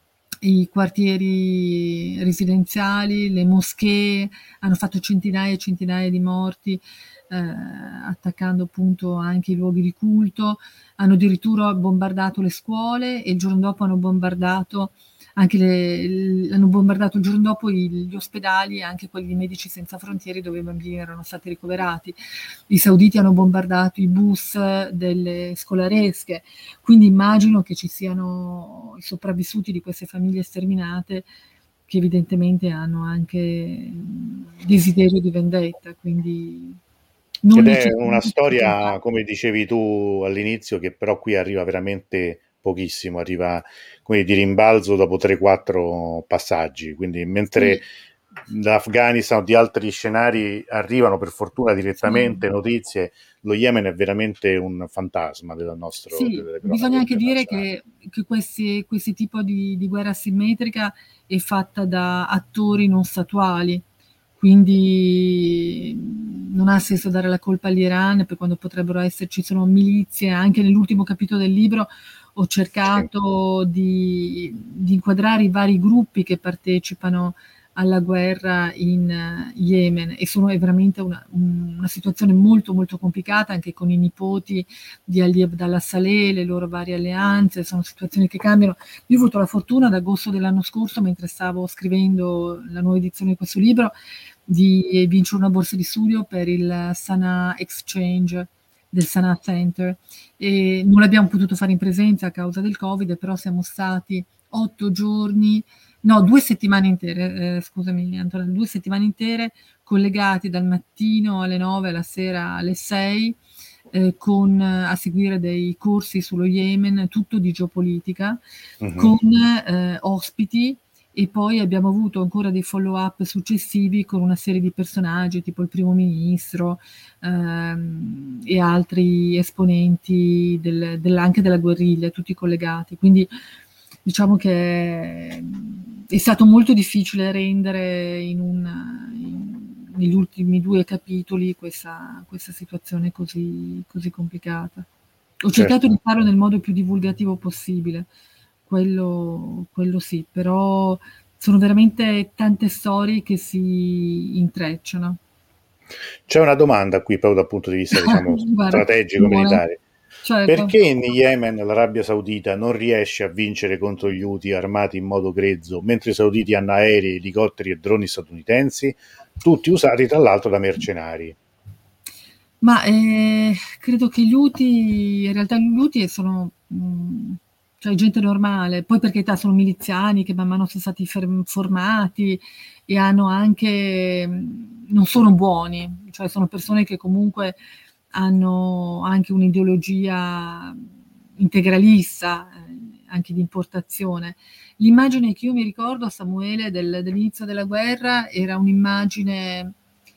i quartieri residenziali, le moschee, hanno fatto centinaia e centinaia di morti, eh, attaccando appunto anche i luoghi di culto. Hanno addirittura bombardato le scuole e il giorno dopo hanno bombardato anche le, l'hanno bombardato il giorno dopo gli ospedali, anche quelli di Medici Senza Frontiere, dove i bambini erano stati ricoverati. I sauditi hanno bombardato i bus delle scolaresche, quindi immagino che ci siano i sopravvissuti di queste famiglie sterminate che evidentemente hanno anche desiderio di vendetta, quindi non Ed è una necessariamente. storia, come dicevi tu all'inizio, che però qui arriva veramente pochissimo, arriva come di rimbalzo dopo tre quattro passaggi, quindi mentre Sì, l'Afghanistan o di altri scenari arrivano per fortuna sì. direttamente notizie, lo Yemen è veramente un fantasma del nostro, Sì, delle cronache bisogna anche dire internazionali. che, che questi, questi tipo di, di guerra asimmetrica è fatta da attori non statuali, quindi non ha senso dare la colpa all'Iran per quando potrebbero esserci, sono milizie. Anche nell'ultimo capitolo del libro ho Sì. cercato di, di inquadrare i vari gruppi che partecipano alla guerra in eh, Yemen, e sono è veramente una, una situazione molto molto complicata, anche con i nipoti di Ali Abdallah Saleh, le loro varie alleanze, sono situazioni che cambiano. Io ho avuto la fortuna ad agosto dell'anno scorso, mentre stavo scrivendo la nuova edizione di questo libro, di vincere una borsa di studio per il Sana'a Exchange del Sana'a Center, e non l'abbiamo potuto fare in presenza a causa del Covid, però siamo stati otto giorni, no, due settimane intere, eh, scusami Antonella, due settimane intere collegati dal mattino alle nove alla sera alle sei, eh, con, a seguire dei corsi sullo Yemen, tutto di geopolitica, Mhm. con eh, ospiti, e poi abbiamo avuto ancora dei follow up successivi con una serie di personaggi tipo il primo ministro, ehm, e altri esponenti del, del, anche della guerriglia, tutti collegati. Quindi diciamo che è stato molto difficile rendere in un, in, negli ultimi due capitoli questa, questa situazione così, così complicata. Ho cercato Certo. di farlo nel modo più divulgativo possibile, quello, quello sì, però sono veramente tante storie che si intrecciano. C'è una domanda qui proprio dal punto di vista, diciamo, Guarda, strategico buona, militare. certo. Perché in Yemen l'Arabia Saudita non riesce a vincere contro gli Houthi armati in modo grezzo, mentre i sauditi hanno aerei, elicotteri e droni statunitensi, tutti usati tra l'altro da mercenari? Ma eh, credo che gli Houthi, in realtà gli Houthi sono, mh, cioè gente normale, poi per carità sono miliziani che man mano sono stati ferm- formati e hanno anche, mh, non sono buoni, cioè sono persone che comunque hanno anche un'ideologia integralista, eh, anche di importazione. L'immagine che io mi ricordo, Samuele, del- dell'inizio della guerra era un'immagine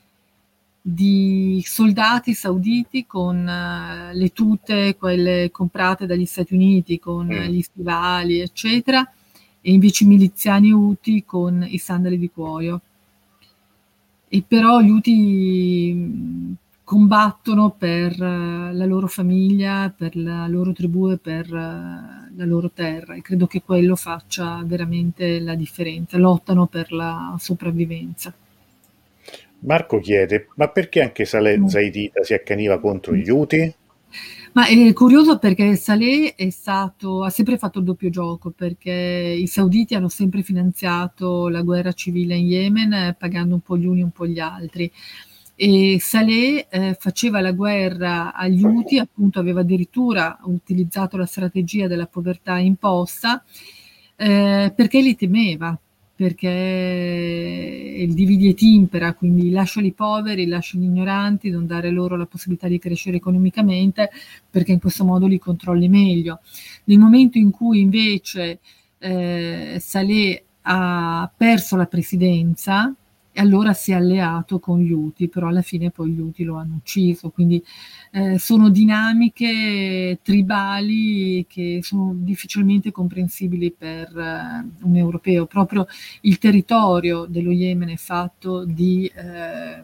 di soldati sauditi con eh, le tute, quelle comprate dagli Stati Uniti, con Mm. gli stivali, eccetera, e invece i miliziani Houthi con i sandali di cuoio. E però gli Houthi mh, combattono per eh, la loro famiglia, per la loro tribù e per eh, la loro terra, e credo che quello faccia veramente la differenza. Lottano per la sopravvivenza. Marco chiede, ma perché anche Saleh Mm. Zaidita si accaniva contro gli Houthi? Ma è curioso perché Saleh è stato, ha sempre fatto il doppio gioco, perché i sauditi hanno sempre finanziato la guerra civile in Yemen, eh, pagando un po' gli uni e un po' gli altri. E Saleh eh, faceva la guerra agli Houthi, appunto aveva addirittura utilizzato la strategia della povertà imposta, eh, perché li temeva, perché il dividi et impera, quindi lascia i poveri, lascia gli ignoranti, non dare loro la possibilità di crescere economicamente, perché in questo modo li controlli meglio. Nel momento in cui invece eh, Saleh ha perso la presidenza, e allora si è alleato con gli Houthi, però alla fine poi gli Houthi lo hanno ucciso, quindi eh, sono dinamiche tribali che sono difficilmente comprensibili per eh, un europeo. Proprio il territorio dello Yemen è fatto di, eh,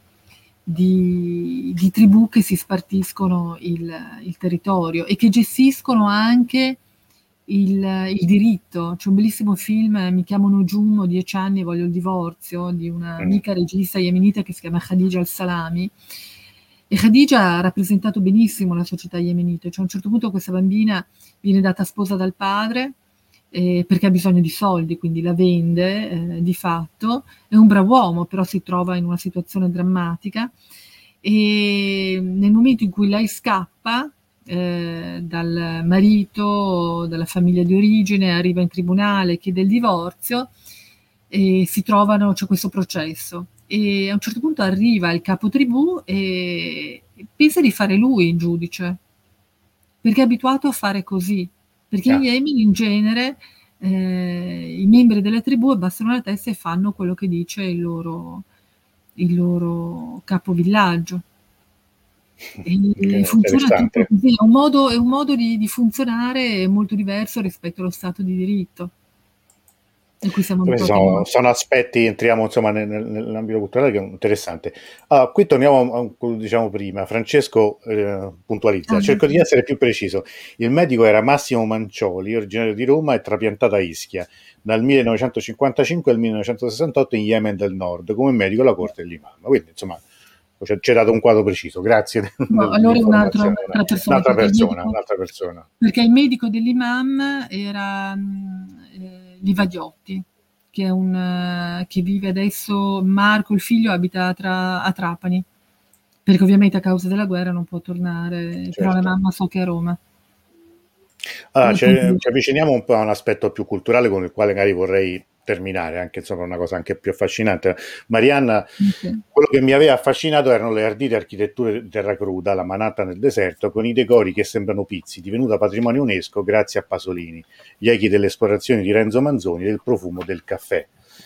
di, di tribù che si spartiscono il, il territorio e che gestiscono anche il, il diritto. C'è un bellissimo film, Mi chiamo Nujum, ho dieci anni e voglio il divorzio, di Mm. un'amica regista yemenita che si chiama Khadija al-Salami. E Khadija ha rappresentato benissimo la società yemenita. Cioè, a un certo punto questa bambina viene data sposa dal padre, eh, perché ha bisogno di soldi, quindi la vende eh, di fatto. È un brav'uomo, però si trova in una situazione drammatica e nel momento in cui lei scappa eh, dal marito, dalla famiglia di origine, arriva in tribunale, chiede il divorzio e si trovano, c'è questo processo. E a un certo punto arriva il capo tribù e pensa di fare lui il giudice, perché è abituato a fare così. Perché in Ah, Yemen in genere eh, i membri della tribù abbassano la testa e fanno quello che dice il loro, il loro capovillaggio. che E funziona tutto interessante. così, è un modo, è un modo di, di funzionare molto diverso rispetto allo Stato di diritto, in cui siamo Questi abituati sono, noi. sono aspetti, entriamo insomma nel- nel- nell'ambito culturale che è interessante. Ah, qui torniamo a quello che diciamo prima. Francesco eh, puntualizza, Ah, cerco di essere più preciso. Il medico era Massimo Mancioli, originario di Roma e trapiantato a Ischia, dal millenovecentocinquantacinque al millenovecentosessantotto in Yemen del Nord, come medico alla corte dell'imam. Quindi insomma ci ci hai dato un quadro preciso, grazie no, allora è un'altra, dell'informazione. un'altra persona, Un'altra perché il persona, medico, un'altra persona. perché il medico dell'imam era mh, eh, Livadiotti, che, è un, eh, che vive adesso, Marco, il figlio, abita a, Tra- a Trapani, perché ovviamente a causa della guerra non può tornare, però la Certo. mamma so che è a Roma. Allora, E ci, quindi, ci avviciniamo un po' a un aspetto più culturale con il quale magari vorrei terminare, anche insomma una cosa anche più affascinante. Marianna, sì. quello che mi aveva affascinato erano le ardite architetture di terra cruda, la Manhattan nel deserto, con i decori che sembrano pizzi, divenuta patrimonio UNESCO grazie a Pasolini, gli echi delle esplorazioni di Renzo Manzoni e del profumo del caffè.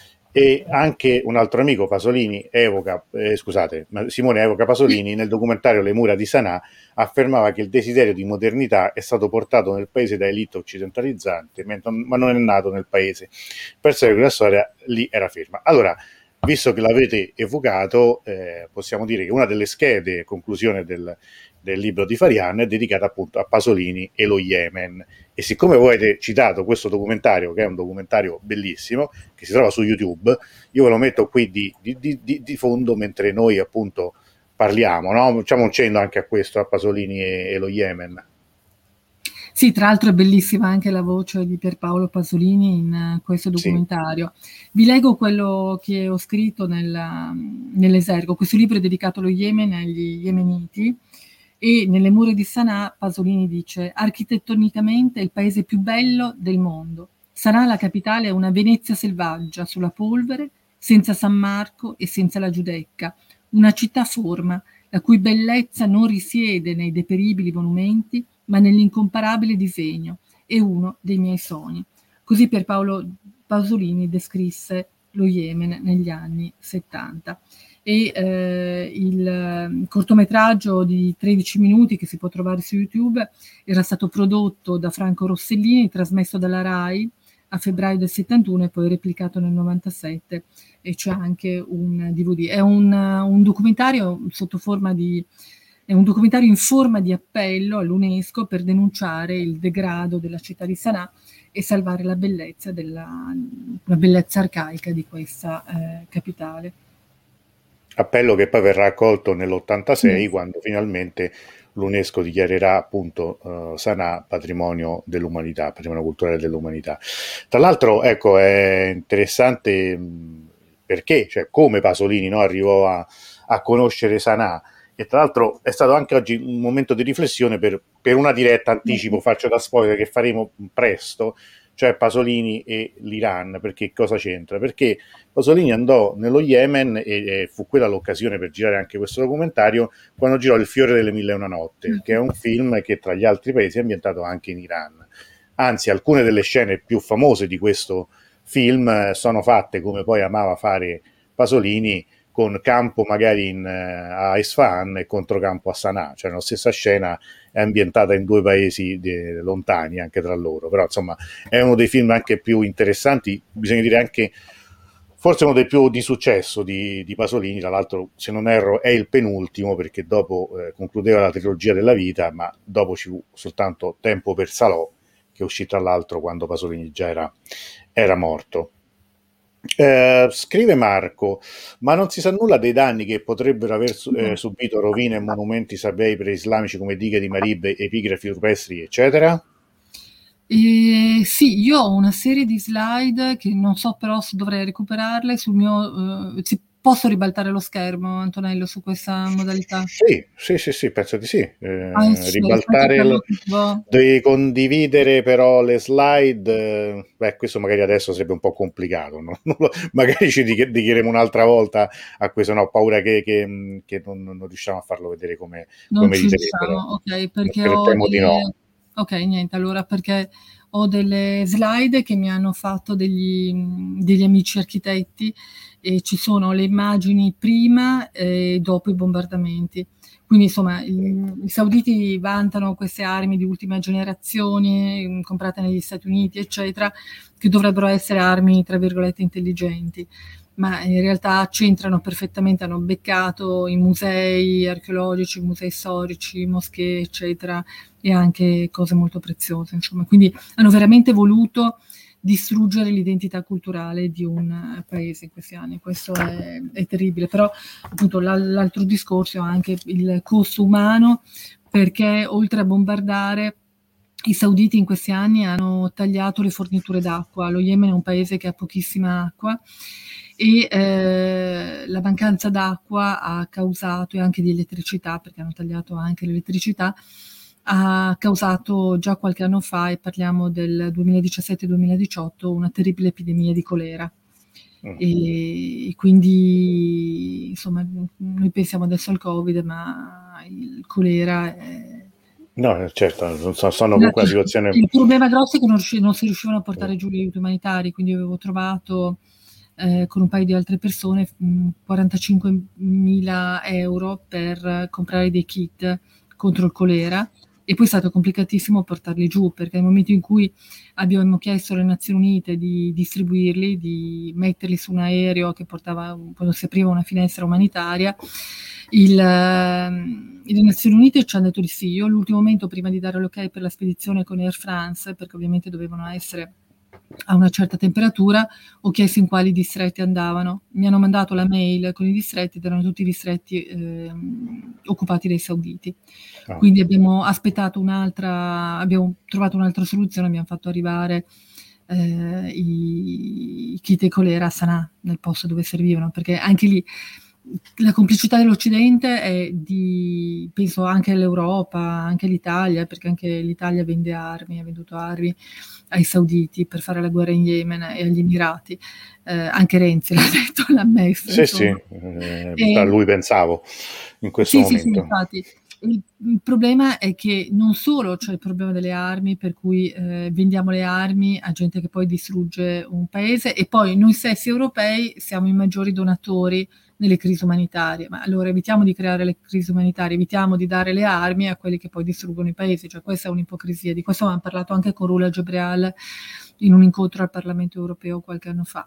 E anche un altro amico, Pasolini, evoca, eh, scusate, Simone evoca Pasolini nel documentario Le mura di Sanà, affermava che il desiderio di modernità è stato portato nel paese da elite occidentalizzante, ma non è nato nel paese. Per sé la storia lì era ferma. Allora, visto che l'avete evocato, eh, possiamo dire che una delle schede, conclusione del, del libro di Farian, è dedicata appunto a Pasolini e lo Yemen. E siccome voi avete citato questo documentario, che è un documentario bellissimo, che si trova su YouTube, io ve lo metto qui di, di, di, di fondo mentre noi appunto parliamo, no? Facciamo un cenno anche a questo, a Pasolini e, e lo Yemen. Sì, tra l'altro è bellissima anche la voce di Pierpaolo Pasolini in eh, questo Sì, documentario. Vi leggo quello che ho scritto nella- nell'esergo. Questo libro è dedicato allo Yemen e agli yemeniti e nelle mura di Sana'a Pasolini dice: architettonicamente è il paese più bello del mondo. Sana'a, la capitale, è una Venezia selvaggia sulla polvere, senza San Marco e senza la Giudecca, una città forma, la cui bellezza non risiede nei deperibili monumenti, ma nell'incomparabile disegno. È uno dei miei sogni. Così Pierpaolo Pasolini descrisse lo Yemen negli anni settanta. E eh, il eh, cortometraggio di tredici minuti che si può trovare su YouTube era stato prodotto da Franco Rossellini, trasmesso dalla RAI a febbraio del settantuno e poi replicato nel novantasette, e c'è anche un D V D. È un, un documentario sotto forma di è un documentario in forma di appello all'UNESCO per denunciare il degrado della città di Sana'a e salvare la bellezza, della, la bellezza arcaica di questa eh, capitale. appello che poi verrà accolto nell'ottantasei Sì. quando finalmente l'UNESCO dichiarerà appunto uh, Sana'a patrimonio dell'umanità, patrimonio culturale dell'umanità. Tra l'altro, ecco, è interessante mh, perché, cioè come Pasolini no, arrivò a, a conoscere Sana'a. E tra l'altro è stato anche oggi un momento di riflessione per, per una diretta anticipo, faccio da spoiler, che faremo presto, cioè Pasolini e l'Iran, perché cosa c'entra? Perché Pasolini andò nello Yemen e, e fu quella l'occasione per girare anche questo documentario quando girò Il fiore delle mille e una notte, che è un film che tra gli altri paesi è ambientato anche in Iran. Anzi, alcune delle scene più famose di questo film sono fatte come poi amava fare Pasolini con campo magari in, a Isfahan e controcampo a Sana'a, cioè la stessa scena è ambientata in due paesi de, lontani anche tra loro, però insomma è uno dei film anche più interessanti, bisogna dire anche forse uno dei più di successo di, di Pasolini, tra l'altro se non erro è il penultimo perché dopo eh, concludeva la trilogia della vita, ma dopo ci fu soltanto Tempo per Salò, che uscì tra l'altro quando Pasolini già era, era morto. Eh, scrive Marco, ma non si sa nulla dei danni che potrebbero aver su- eh, subito rovine e monumenti sabrei preislamici come dighe di Maribe, epigrafi rupestri, eccetera? E sì, io ho una serie di slide che non so però se dovrei recuperarle sul mio... eh, si- posso ribaltare lo schermo, Antonello, su questa modalità? Sì, sì, sì, sì, penso di sì. Ah, Eh, sì, aspetta ribaltare, che il- apro. devi condividere però le slide. eh, Beh, questo magari adesso sarebbe un po' complicato, no? Non lo- magari ci di- dedicheremo un'altra volta a questo, no, ho paura che, che- che non, non riusciamo a farlo vedere come, come Non ci meriterebbero. riusciamo, ok, perché Temo ho temo di no. delle... Ok, niente, allora perché ho delle slide che mi hanno fatto degli, degli amici architetti e ci sono le immagini prima e dopo i bombardamenti. Quindi insomma i, i sauditi vantano queste armi di ultima generazione mh, comprate negli Stati Uniti, eccetera, che dovrebbero essere armi, tra virgolette, intelligenti, ma in realtà c'entrano perfettamente, hanno beccato i musei archeologici, musei storici, moschee, eccetera, e anche cose molto preziose, insomma. Quindi hanno veramente voluto distruggere l'identità culturale di un eh, paese in questi anni. Questo è, è terribile, però appunto l'al- l'altro discorso è anche il costo umano, perché oltre a bombardare i sauditi in questi anni hanno tagliato le forniture d'acqua. Lo Yemen è un paese che ha pochissima acqua e eh, la mancanza d'acqua ha causato, e anche di elettricità, perché hanno tagliato anche l'elettricità, ha causato già qualche anno fa, e parliamo del duemiladiciassette-duemiladiciotto, una terribile epidemia di colera. Mm. E quindi, insomma, noi pensiamo adesso al Covid, ma il colera è... No, certo, non so- sono La- comunque una situazione. Il problema grosso è che non, riusci- non si riuscivano a Mm. portare giù gli aiuti umanitari, quindi avevo trovato eh, con un paio di altre persone mh, quarantacinquemila euro per comprare dei kit contro il colera, e poi è stato complicatissimo portarli giù, perché nel momento in cui abbiamo chiesto alle Nazioni Unite di distribuirli, di metterli su un aereo che portava, quando si apriva una finestra umanitaria, il, ehm, le Nazioni Unite ci hanno detto di sì. Io all'ultimo momento, prima di dare l'ok per la spedizione con Air France, perché ovviamente dovevano essere a una certa temperatura, ho chiesto in quali distretti andavano. Mi hanno mandato la mail con i distretti ed erano tutti i distretti ehm, occupati dai sauditi. Ah. Quindi abbiamo aspettato un'altra, abbiamo trovato un'altra soluzione, abbiamo fatto arrivare eh, i, i kit e colera a Sana'a, nel posto dove servivano, perché anche lì la complicità dell'Occidente è di, penso anche all'Europa, anche all'Italia, perché anche l'Italia vende armi, ha venduto armi ai sauditi per fare la guerra in Yemen e agli Emirati. Eh, anche Renzi l'ha detto, l'ha ammesso, Sì, sì, insomma. eh, a E, lui pensavo in questo sì, sì, sì, momento. infatti. Il, il problema è che non solo c'è il problema delle armi, per cui eh, vendiamo le armi a gente che poi distrugge un paese, e poi noi stessi europei siamo i maggiori donatori nelle crisi umanitarie. Ma allora evitiamo di creare le crisi umanitarie, evitiamo di dare le armi a quelli che poi distruggono i paesi. Cioè, questa è un'ipocrisia. Di questo abbiamo parlato anche con Rula Gebrial in un incontro al Parlamento europeo qualche anno fa.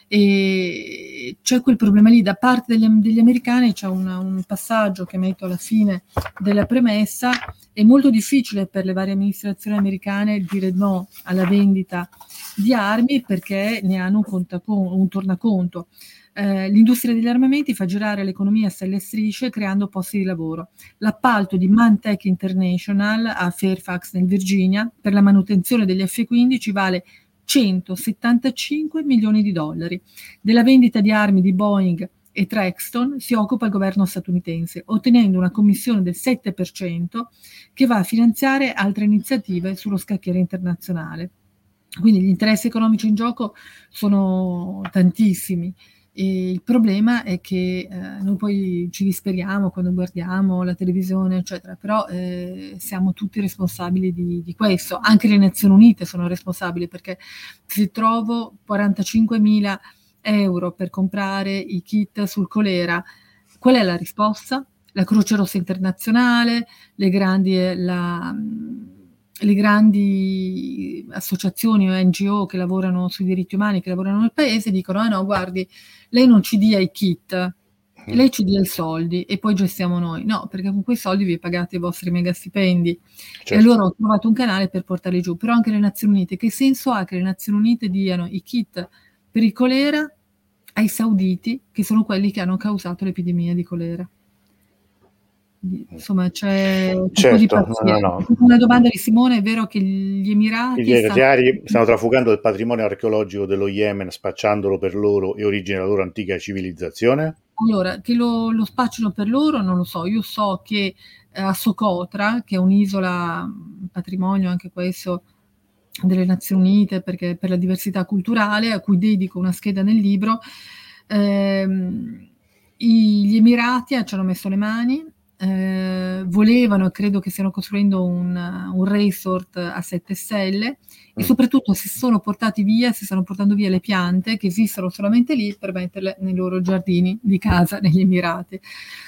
E c'è quel problema lì da parte degli, degli americani. C'è una, un passaggio che metto alla fine della premessa. È molto difficile per le varie amministrazioni americane dire no alla vendita di armi, perché ne hanno un, contaconto, un tornaconto. Eh, l'industria degli armamenti fa girare l'economia a stelle e strisce, creando posti di lavoro. L'appalto di Mantech International a Fairfax nel Virginia per la manutenzione degli F quindici vale centosettantacinque milioni di dollari. Della vendita di armi di Boeing e Traxton si occupa il governo statunitense, ottenendo una commissione del sette per cento che va a finanziare altre iniziative sullo scacchiere internazionale. Quindi gli interessi economici in gioco sono tantissimi. E il problema è che eh, noi poi ci disperiamo quando guardiamo la televisione, eccetera, però eh, siamo tutti responsabili di, di questo. Anche le Nazioni Unite sono responsabili, perché se trovo quarantacinquemila euro per comprare i kit sul colera, qual è la risposta? La Croce Rossa Internazionale, le grandi, la, le grandi associazioni o N G O che lavorano sui diritti umani, che lavorano nel paese, dicono: ah no, guardi, lei non ci dia i kit, Mm. lei ci dia i soldi e poi gestiamo noi. No, perché con quei soldi vi pagate i vostri mega stipendi. E Certo. allora ho trovato un canale per portarli giù. Però anche le Nazioni Unite, che senso ha che le Nazioni Unite diano i kit per il colera ai sauditi, che sono quelli che hanno causato l'epidemia di colera? Insomma, c'è un po' di Certo, no, no, pazienza. no. Una domanda di Simone: è vero che gli Emirati Gli stanno emirati stanno trafugando il patrimonio archeologico dello Yemen, spacciandolo per loro e origine della loro antica civilizzazione? Allora, che lo, lo spaccino per loro non lo so. Io so che eh, a Socotra, che è un'isola, un patrimonio anche questo delle Nazioni Unite, perché per la diversità culturale, a cui dedico una scheda nel libro, ehm, i- gli Emirati ci hanno messo le mani, eh, volevano, e credo che stiano costruendo un, un resort a sette stelle, e Mm. soprattutto si sono portati via, si stanno portando via le piante che esistono solamente lì per metterle nei loro giardini di casa negli Emirati.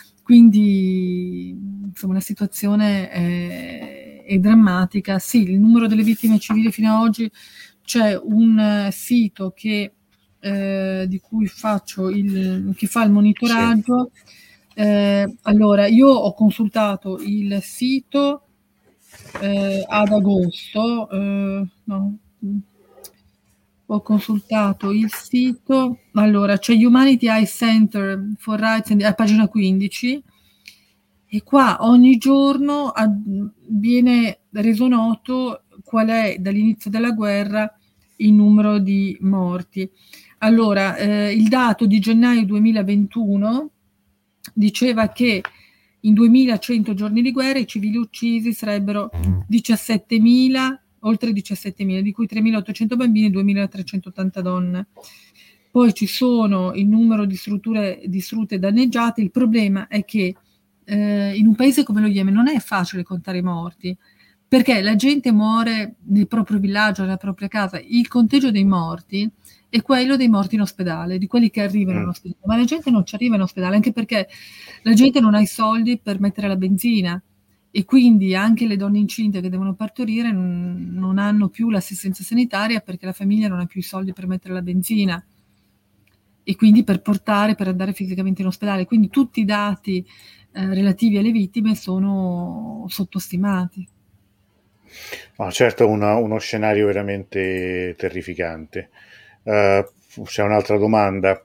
Quindi, insomma, la situazione è, è drammatica. Sì, il numero delle vittime civili fino ad oggi, c'è un eh, sito che, eh, di cui faccio il, che fa il monitoraggio. Eh, allora, io ho consultato il sito eh, ad agosto, eh, no, ho consultato il sito, allora c'è Humanity Eye Center for Rights, a pagina quindici, e qua ogni giorno a, viene reso noto qual è dall'inizio della guerra il numero di morti. Allora, eh, il dato di gennaio duemilaventuno diceva che in duemilacento giorni di guerra i civili uccisi sarebbero diciassettemila, oltre diciassettemila, di cui tremilaottocento bambini e duemilatrecentottanta donne. Poi ci sono il numero di strutture distrutte e danneggiate. Il problema è che eh, in un paese come lo Yemen non è facile contare i morti, perché la gente muore nel proprio villaggio, nella propria casa. Il conteggio dei morti è quello dei morti in ospedale, di quelli che arrivano Mm. in ospedale, ma la gente non ci arriva in ospedale, anche perché la gente non ha i soldi per mettere la benzina, e quindi anche le donne incinte che devono partorire non, non hanno più l'assistenza sanitaria perché la famiglia non ha più i soldi per mettere la benzina, e quindi per portare, per andare fisicamente in ospedale. Quindi tutti i dati eh, relativi alle vittime sono sottostimati. No, certo, una- uno scenario veramente terrificante. Eh, c'è un'altra domanda.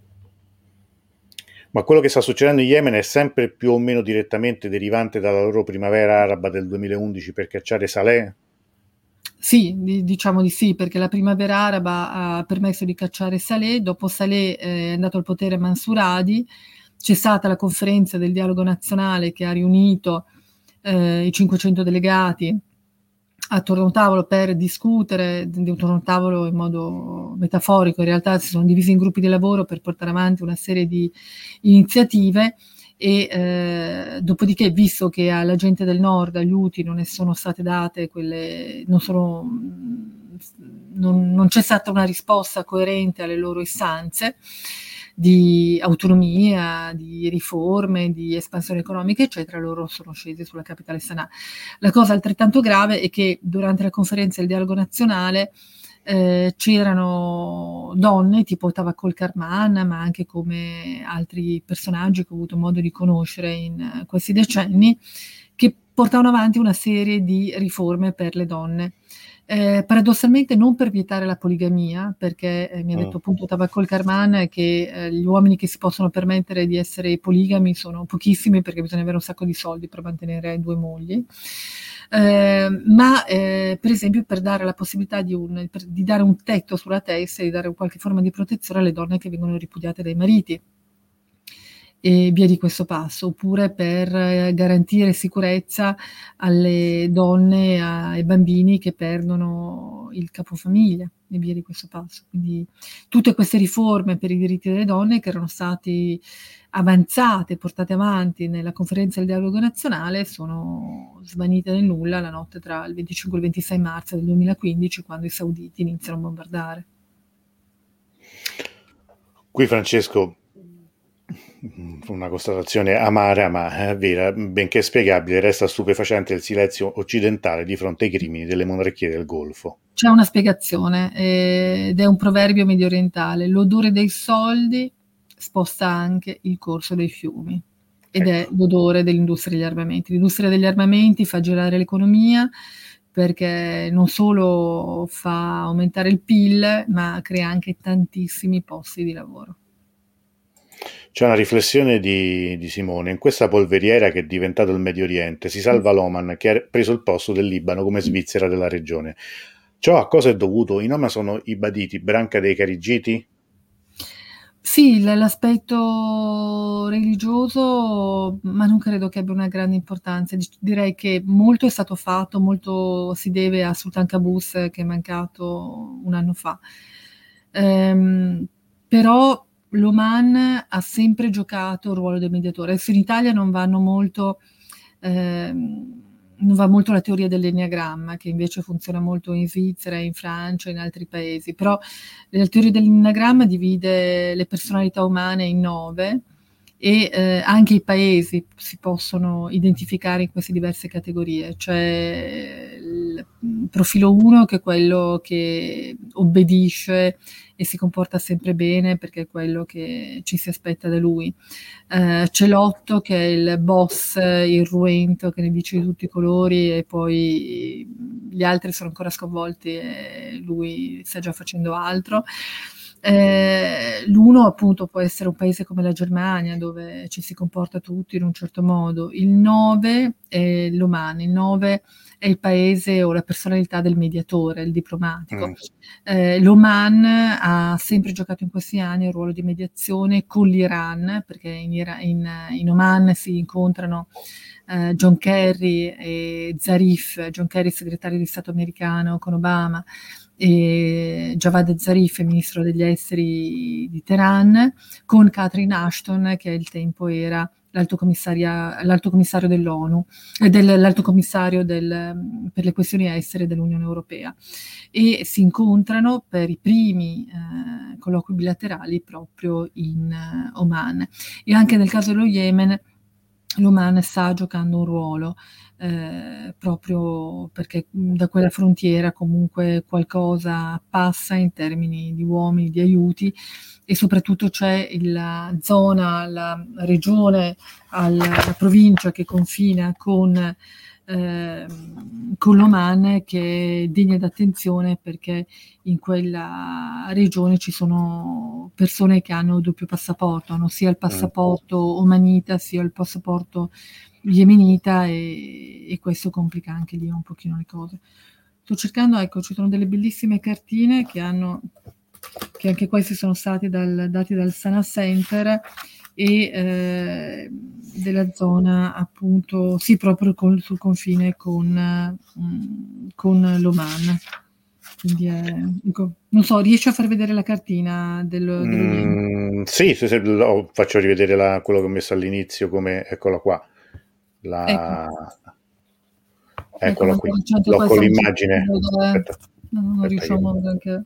Ma quello che sta succedendo in Yemen è sempre più o meno direttamente derivante dalla loro primavera araba del duemilaundici per cacciare Saleh? Sì, di- diciamo di sì, perché la primavera araba ha permesso di cacciare Saleh. Dopo Saleh eh, è andato al potere Mansur Hadi, c'è stata la conferenza del dialogo nazionale che ha riunito eh, i cinquecento delegati attorno a un tavolo per discutere, di attorno a un tavolo in modo metaforico, in realtà si sono divisi in gruppi di lavoro per portare avanti una serie di iniziative. E eh, dopodiché, visto che alla gente del nord, agli Houthi, non ne sono state date quelle, non sono, non, non c'è stata una risposta coerente alle loro istanze di autonomia, di riforme, di espansione economica, eccetera, loro sono scesi sulla capitale Sana'a. La cosa altrettanto grave è che durante la conferenza del dialogo nazionale eh, c'erano donne tipo Tawakkol Karman, ma anche come altri personaggi che ho avuto modo di conoscere in eh, questi decenni, che portavano avanti una serie di riforme per le donne. Eh, paradossalmente non per vietare la poligamia, perché eh, mi ha Mm. detto appunto Tawakkol Karman che eh, gli uomini che si possono permettere di essere poligami sono pochissimi, perché bisogna avere un sacco di soldi per mantenere due mogli. Eh, ma eh, per esempio per dare la possibilità di, un, per, di dare un tetto sulla testa e di dare qualche forma di protezione alle donne che vengono ripudiate dai mariti, e via di questo passo, oppure per eh, garantire sicurezza alle donne, ai bambini che perdono il capofamiglia, e via di questo passo. Quindi tutte queste riforme per i diritti delle donne che erano state avanzate, portate avanti nella conferenza del dialogo nazionale, sono svanite nel nulla la notte tra il venticinque e il ventisei marzo del duemilaquindici, quando i sauditi iniziano a bombardare. Qui Francesco, una constatazione amara ma eh, vera, benché spiegabile, resta stupefacente il silenzio occidentale di fronte ai crimini delle monarchie del Golfo. C'è una spiegazione eh, ed è un proverbio mediorientale: l'odore dei soldi sposta anche il corso dei fiumi, ed è Ecco. l'odore dell'industria degli armamenti. L'industria degli armamenti fa girare l'economia, perché non solo fa aumentare il P I L, ma crea anche tantissimi posti di lavoro. C'è una riflessione di, di Simone. In questa polveriera che è diventato il Medio Oriente si salva l'Oman che ha preso il posto del Libano come Svizzera della regione. Ciò a cosa è dovuto? I nome sono i Baditi, branca dei Carigiti? Sì, l- l'aspetto religioso, ma non credo che abbia una grande importanza. Dic- Direi che molto è stato fatto, molto si deve a Sultan Qaboos che è mancato un anno fa. Ehm, Però l'Oman ha sempre giocato il ruolo del mediatore. Adesso in Italia non vanno molto, ehm, non va molto la teoria dell'enneagramma, che invece funziona molto in Svizzera, in Francia, in altri paesi, però la teoria dell'enneagramma divide le personalità umane in nove e eh, anche i paesi si possono identificare in queste diverse categorie. C'è il profilo uno che è quello che obbedisce e si comporta sempre bene perché è quello che ci si aspetta da lui. Eh, c'è l'otto che è il boss irruento che ne dice di tutti i colori e poi gli altri sono ancora sconvolti e lui sta già facendo altro. Eh, l'uno appunto può essere un paese come la Germania dove ci si comporta tutti in un certo modo. Il nove è l'Oman, il nove è il paese o la personalità del mediatore, il diplomatico. Mm. Eh, L'Oman ha sempre giocato in questi anni il ruolo di mediazione con l'Iran, perché in, Ira- in, in Oman si incontrano eh, John Kerry e Zarif, John Kerry segretario di Stato americano con Obama, e Javad Zarif, ministro degli esteri di Teheran, con Catherine Ashton, che al tempo era l'alto, l'alto commissario dell'ONU, eh, del, l'alto commissario del, per le questioni estere dell'Unione Europea. E si incontrano per i primi eh, colloqui bilaterali proprio in uh, Oman. E anche nel caso dello Yemen, l'Oman sta giocando un ruolo. Eh, proprio perché da quella frontiera comunque qualcosa passa in termini di uomini, di aiuti e soprattutto c'è la zona, la regione, alla, la provincia che confina con, eh, con l'Oman che è degna d'attenzione perché in quella regione ci sono persone che hanno il doppio passaporto, hanno sia il passaporto omanita sia il passaporto yemenita e, e questo complica anche lì un pochino le cose. Sto cercando, ecco, ci sono delle bellissime cartine che hanno, che anche questi sono stati dal, dati dal Sana Center e eh, della zona appunto, sì, proprio con, sul confine con, mh, con l'Oman. Quindi è, ecco, non so, riesci a far vedere la cartina dello, dello Mm, sì, se, se lo faccio rivedere la, quello che ho messo all'inizio come, eccola qua. Ecco. La... Ecco, Eccola qui, magari c'è anche l'ho con qualcosa l'immagine. dove Aspetta, non aspetta che... riusciamo anche...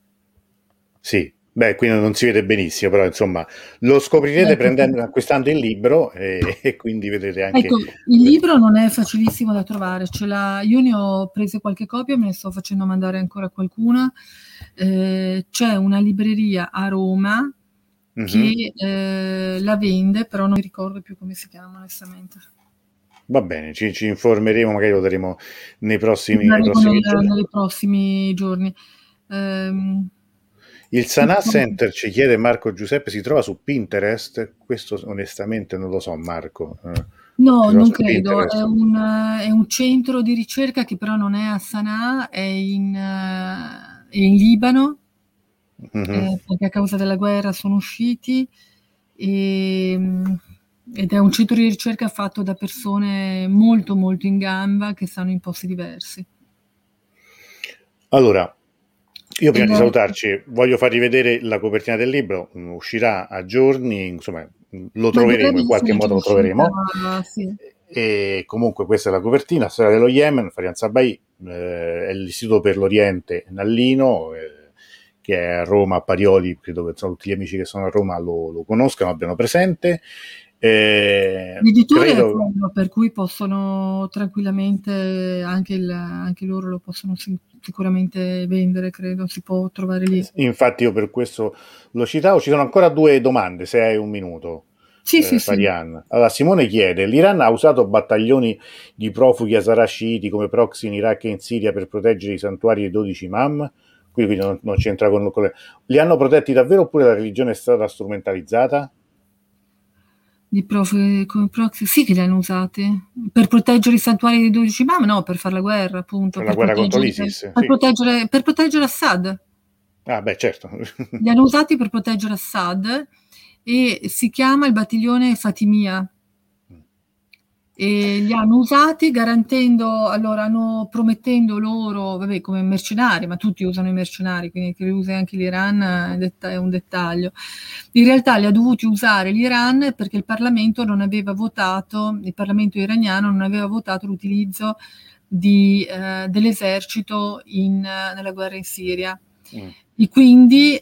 Sì, beh, qui non si vede benissimo, però insomma lo scoprirete Ecco, prendendo, acquistando il libro e, e quindi vedrete anche... ecco, il libro non è facilissimo da trovare, ce l'ha, io ne ho prese qualche copia, me ne sto facendo mandare ancora qualcuna. Eh, c'è una libreria a Roma Mhm. che eh, la vende, però non mi ricordo più come si chiama onestamente. Va bene, ci, ci informeremo, magari lo daremo nei prossimi, nei Arrivo prossimi nel- giorni. nei prossimi giorni. Ehm, Il Sanà Center, ci chiede Marco Giuseppe, si trova su Pinterest? Questo onestamente non lo so, Marco. Eh, si No, trova non su credo. È Pinterest? un, è un centro di ricerca che però non è a Sana'a, è in, eh, è in Libano, Mhm. eh, perché a causa della guerra sono usciti, e, ed è un centro di ricerca fatto da persone molto molto in gamba che stanno in posti diversi. Allora, io prima di Il- salutarci voglio farvi vedere la copertina del libro, mm, uscirà a giorni, insomma, mm, lo ma troveremo, dovrebbe in qualche essere già modo lo uscita, troveremo. sì. E comunque questa è la copertina, storia dello Yemen, Farian Sabai, eh, è l'Istituto per l'Oriente Nallino, eh, che è a Roma, a Parioli, credo che insomma, tutti gli amici che sono a Roma lo, lo conoscano, abbiano presente. Eh, L'editore è credo quello per cui possono tranquillamente, anche, il, anche loro lo possono si- sicuramente vendere, credo, si può trovare lì. Infatti io per questo lo citavo. Ci sono ancora due domande, se hai un minuto, Sì, sì, eh, sì. Farian. Allora, Simone chiede, l'Iran ha usato battaglioni di profughi Hazara sciiti come proxy in Iraq e in Siria per proteggere i santuari dei dodici imam? Quindi non, non c'entra con, con le... Li hanno protetti davvero oppure la religione è stata strumentalizzata? Di prof- come proxy, sì che li hanno usati per proteggere i santuari dei dodici imam, no, per fare la guerra, appunto, Per la per guerra contro proteggere, l'ISIS, per sì. proteggere, per proteggere Assad. Ah, beh, certo. Li hanno usati per proteggere Assad e si chiama il Battiglione Fatimiyya. E li hanno usati garantendo, allora hanno promettendo loro, vabbè, come mercenari, ma tutti usano i mercenari, quindi che li usi anche l'Iran è detta- è un dettaglio. In realtà li ha dovuti usare l'Iran perché il Parlamento non aveva votato, il Parlamento iraniano non aveva votato l'utilizzo di, eh, dell'esercito in, nella guerra in Siria. Mm. E quindi,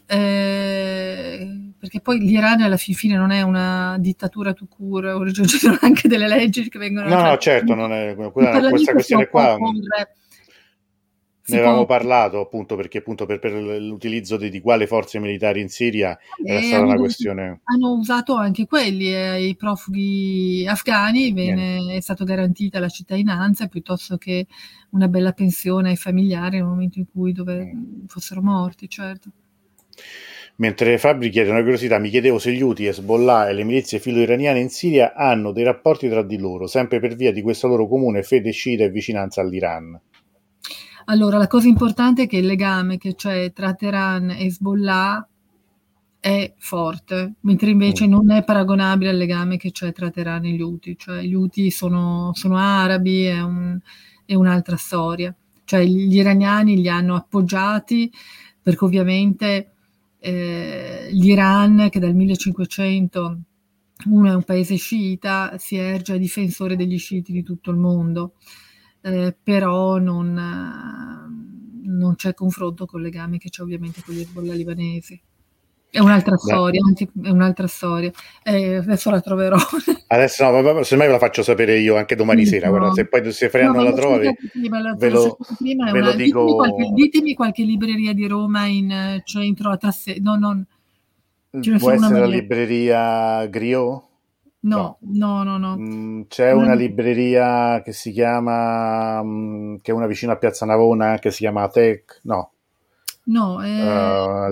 eh, perché poi l'Iran alla fin fine non è una dittatura tout court, ci sono anche delle leggi che vengono... No, cioè, no, certo, non è, il quella- questa Parlamento si questione può qua mh, opporre, ne si può avevamo opporre. parlato appunto perché appunto per, per l'utilizzo di, di quali forze militari in Siria era E stata hanno, una dovuto- questione. hanno usato anche quelli, eh, i profughi afghani, Niente. viene, è stata garantita la cittadinanza piuttosto che una bella pensione ai familiari nel momento in cui dove Mm. fossero morti, certo. Mentre Fabri chiede una curiosità, mi chiedevo se gli Houthi, Hezbollah e le milizie filo-iraniane in Siria hanno dei rapporti tra di loro, sempre per via di questa loro comune fede sciita e vicinanza all'Iran. Allora, la cosa importante è che il legame che c'è tra Teheran e Hezbollah è forte, mentre invece Mm. non è paragonabile al legame che c'è tra Teheran e gli Houthi. Cioè, gli Houthi sono, sono arabi, è, un, è un'altra storia. Cioè, gli iraniani li hanno appoggiati perché ovviamente eh, l'Iran, che dal millecinquecento uno è un paese sciita, si erge a difensore degli sciiti di tutto il mondo. Eh, però non, eh, non c'è confronto col legame che c'è ovviamente con gli Hezbollah libanesi. È un'altra Beh, storia, anzi, è un'altra storia. Eh, adesso la troverò. adesso no, ma- ma- semmai ve la faccio sapere io anche domani sera. Guarda, No, se poi se Freya no, non ma la l'ho trova, ve, cercato prima, l'ho ve l'ho lo, cercato prima, è ve lo una... Ditemi qualche, dico. ditemi qualche libreria di Roma in eh, centro a Trasse... No, non... Ce ne Può sono una essere la marea. libreria Griot? No, No. no, no, no. Mm, c'è Una una di- libreria che si chiama, mm, che è una vicino a Piazza Navona, che si chiama Tech, no, No, uh, eh, una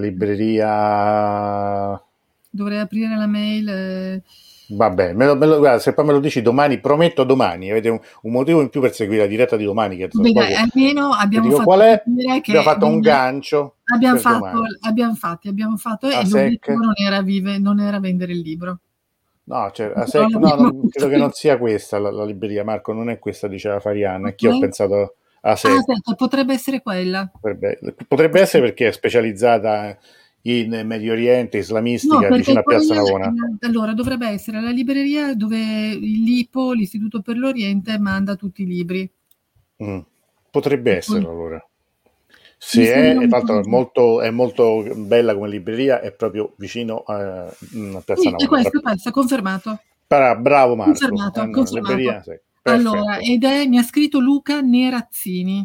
libreria, dovrei aprire la mail. eh. vabbè, me lo, me lo- guarda, se poi me lo dici domani, prometto domani, avete un, un motivo in più per seguire la diretta di domani, che so, Vabbè, dai, proprio, almeno vi abbiamo dico fatto qual è, capire abbiamo che fatto un gancio abbiamo per fatto, domani, abbiamo fatti, abbiamo fatto a e sec, l'obiettivo non era, vive, non era vendere il libro. no, cioè, a Però sec, no, l'abbiamo non- credo avuto. che non sia questa la, la libreria, Marco, non è questa, diceva Farian, Ok? anch'io ho pensato a Ah, sec. aspetta, potrebbe essere quella. Potrebbe, potrebbe essere perché è specializzata in Medio Oriente, No, islamistica, vicino perché a Piazza quella, Navona. eh, allora, dovrebbe essere la libreria dove l'I P O, l'Istituto per l'Oriente, manda tutti i libri. Mm. Potrebbe E essere poi allora. mi Se è, sembra e un tra po' l'altro è così. molto, è molto bella come libreria, è proprio vicino a, mm, a Piazza Sì, è Navona. Bra- questo, questo, confermato. bra- Bravo Marco. Eh, Confermato, no, confermato. libreria, sì. Allora, Perfetto, ed è, mi ha scritto Luca Nerazzini.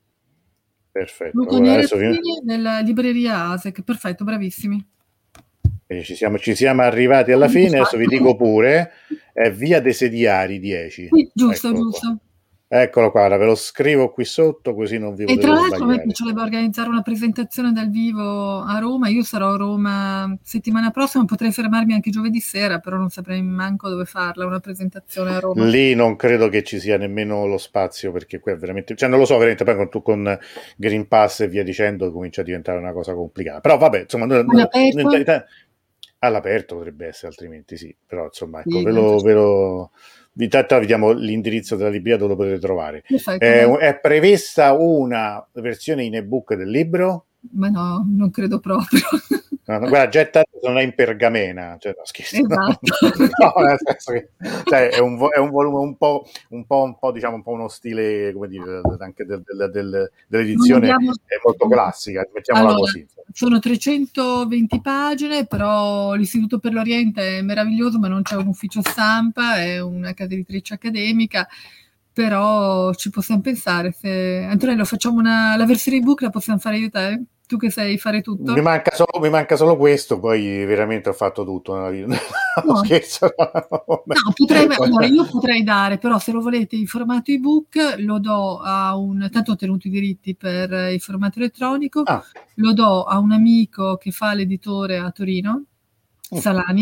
perfetto. Luca Allora adesso vi- Nerazzini della libreria ASEC. Perfetto, bravissimi. eh, ci siamo, ci siamo arrivati alla fine, adesso vi dico pure, è via dei Sediari dieci. Sì, giusto, Eccolo qua. giusto. Eccolo qua, ora ve lo scrivo qui sotto così non vi E tra potete l'altro a me sbagliare. piacerebbe organizzare una presentazione dal vivo a Roma. Io sarò a Roma settimana prossima, potrei fermarmi anche giovedì sera, però non saprei manco dove farla, una presentazione a Roma. Lì non credo che ci sia nemmeno lo spazio perché qui è veramente, cioè non lo so veramente, poi con, tu con Green Pass e via dicendo comincia a diventare una cosa complicata. Però vabbè, insomma, noi- noi- All'aperto? noi- all'aperto potrebbe essere, altrimenti sì. Però insomma, ecco, Sì, ve dai, lo, faccio- ve lo vi, tanto vi diamo l'indirizzo della libreria dove lo potete trovare. perfetto, Eh, dai. è prevista una versione in ebook del libro? Ma no, non credo proprio. No, no, guarda, Jet Set non è in pergamena, cioè, no, scherzo, no, Esatto. no, nel senso che cioè, è, un, vo- è un volume un po', un po', un po', diciamo, un po' uno stile, come dire, anche del- del- del- Non dell'edizione abbiamo... è molto classica, mettiamola Allora, così. sono trecentoventi pagine, però l'Istituto per l'Oriente è meraviglioso, ma non c'è un ufficio stampa, è una casa editrice accademica, però ci possiamo pensare. Se... Antonello, facciamo una... la versione ebook la possiamo fare io e te? Tu che sai fare Mi tutto? manca solo, mi manca solo questo, poi veramente ho fatto tutto nella vita. No, No. scherzo. No, potrei, allora io potrei dare, però se lo volete in formato ebook lo do a un, tanto ho tenuto i diritti per il formato elettronico, Ah, lo do a un amico che fa l'editore a Torino, mm, Salani,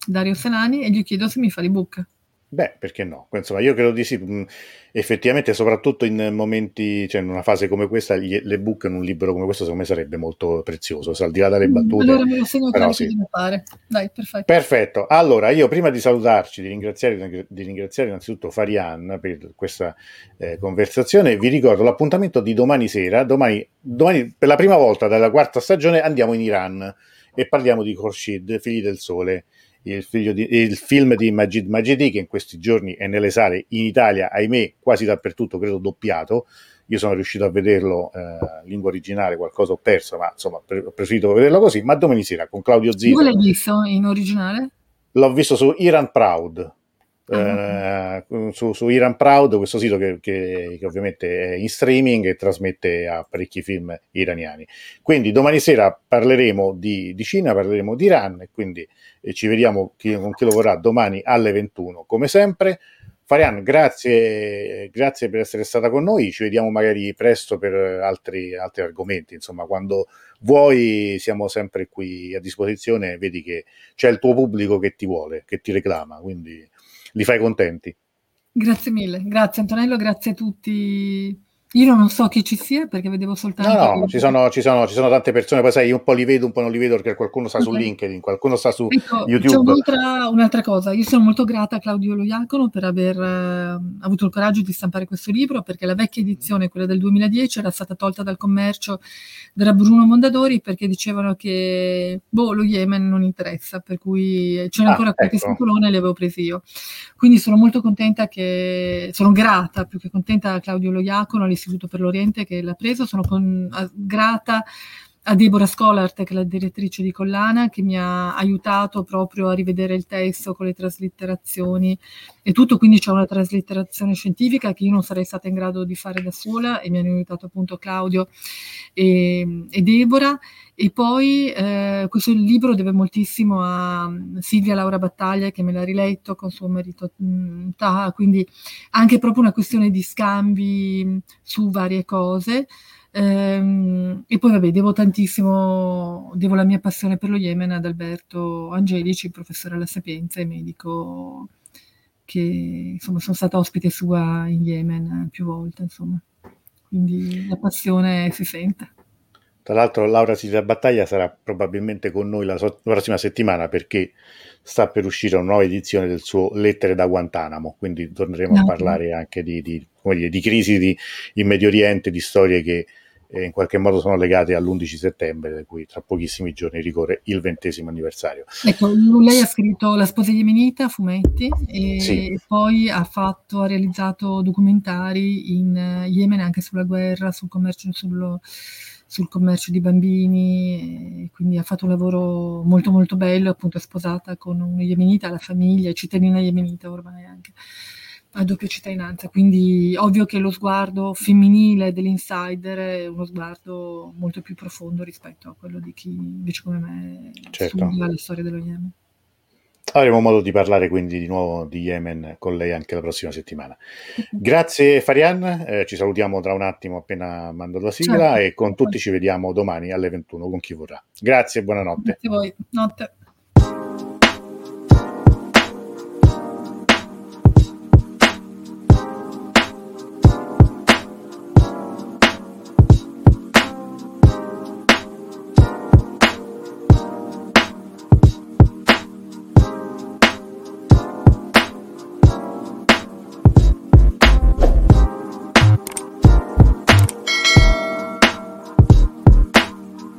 Dario Sanani, e gli chiedo se mi fa l'ebook. Beh, perché no? Insomma, io credo di sì. Mh, effettivamente, soprattutto in momenti, cioè in una fase come questa, gli- l'ebook in un libro come questo, secondo me sarebbe molto prezioso, se al di là delle Mm, battute, allora me lo segno però carico sì. da fare. Dai, perfetto. Perfetto, allora io prima di salutarci, di ringraziare, di ringraziare innanzitutto Farian per questa eh, conversazione, vi ricordo l'appuntamento di domani sera. Domani, domani, per la prima volta dalla quarta stagione, andiamo in Iran e parliamo di Khorshid, Figli del Sole, il, figlio di, il film di Majid Majidi, che in questi giorni è nelle sale in Italia, ahimè, quasi dappertutto, credo doppiato. Io sono riuscito a vederlo eh, in lingua originale, qualcosa ho perso, ma insomma pre- ho preferito vederlo così. Ma domani sera con Claudio Dove Zito. l'hai visto in originale? L'ho visto su Iran Proud, Ah, ok. eh, su, su Iran Proud, questo sito che, che, che ovviamente è in streaming e trasmette a parecchi film iraniani. Quindi domani sera parleremo di, di Cina, parleremo di Iran, e quindi eh, ci vediamo chi, con chi lo vorrà domani alle ventuno, come sempre. Farian, grazie, grazie per essere stata con noi, ci vediamo magari presto per altri, altri argomenti, insomma, quando vuoi siamo sempre qui a disposizione, vedi che c'è il tuo pubblico che ti vuole, che ti reclama, quindi li fai contenti. Grazie mille, grazie Antonello, grazie a tutti. Io non so chi ci sia perché vedevo No, soltanto... no, ci sono, ci sono, ci sono tante persone, poi sai, io un po' li vedo, un po' non li vedo, perché qualcuno sta su Ok. LinkedIn, qualcuno sta su Ecco, c'è YouTube. un'altra, un'altra cosa. Io sono molto grata a Claudio Loiacono per aver eh, avuto il coraggio di stampare questo libro, perché la vecchia edizione, quella del duemiladieci, era stata tolta dal commercio da Bruno Mondadori perché dicevano che boh, lo Yemen non interessa, per cui c'era Ah, ancora qualche ecco. scatolone e le avevo presi io. Quindi sono molto contenta che, sono grata, più che contenta a Claudio Loiacono, all'Istituto per l'Oriente che l'ha preso, sono con, a, grata a Deborah Scholart, che è la direttrice di Collana, che mi ha aiutato proprio a rivedere il testo con le traslitterazioni e tutto, quindi c'è una traslitterazione scientifica che io non sarei stata in grado di fare da sola e mi hanno aiutato appunto Claudio e, e Deborah. E poi eh, questo libro deve moltissimo a Silvia Laura Battaglia, che me l'ha riletto con suo marito mh, Taha, quindi anche proprio una questione di scambi mh, su varie cose. Ehm, e poi vabbè, devo tantissimo, devo la mia passione per lo Yemen ad Alberto Angelici, professore alla Sapienza e medico che insomma sono stata ospite sua in Yemen più volte, insomma. Quindi la passione si sente. Tra l'altro Laura Silvia Battaglia sarà probabilmente con noi la, so- la prossima settimana, perché sta per uscire una nuova edizione del suo Lettere da Guantanamo, quindi torneremo a No. parlare anche di, di, come dire, di crisi di, in Medio Oriente, di storie che eh, in qualche modo sono legate all'undici settembre, da cui tra pochissimi giorni ricorre il ventesimo anniversario. Ecco, lei ha scritto La sposa yemenita, fumetti, Sì, e poi ha fatto, ha realizzato documentari in eh, Yemen anche sulla guerra, sul commercio, sullo- sul commercio di bambini, e quindi ha fatto un lavoro molto molto bello, appunto è sposata con un yemenita, la famiglia, è cittadina yemenita ormai anche, a doppia cittadinanza, quindi ovvio che lo sguardo femminile dell'insider è uno sguardo molto più profondo rispetto a quello di chi invece come me certo. studia la storia dello Yemen. Avremo modo di parlare quindi di nuovo di Yemen con lei anche la prossima settimana. Perfetto. Grazie Farian, eh, ci salutiamo tra un attimo appena mando la sigla, Certo, e con tutti ci vediamo domani alle ventuno con chi vorrà. Grazie e buonanotte. grazie a voi. Notte.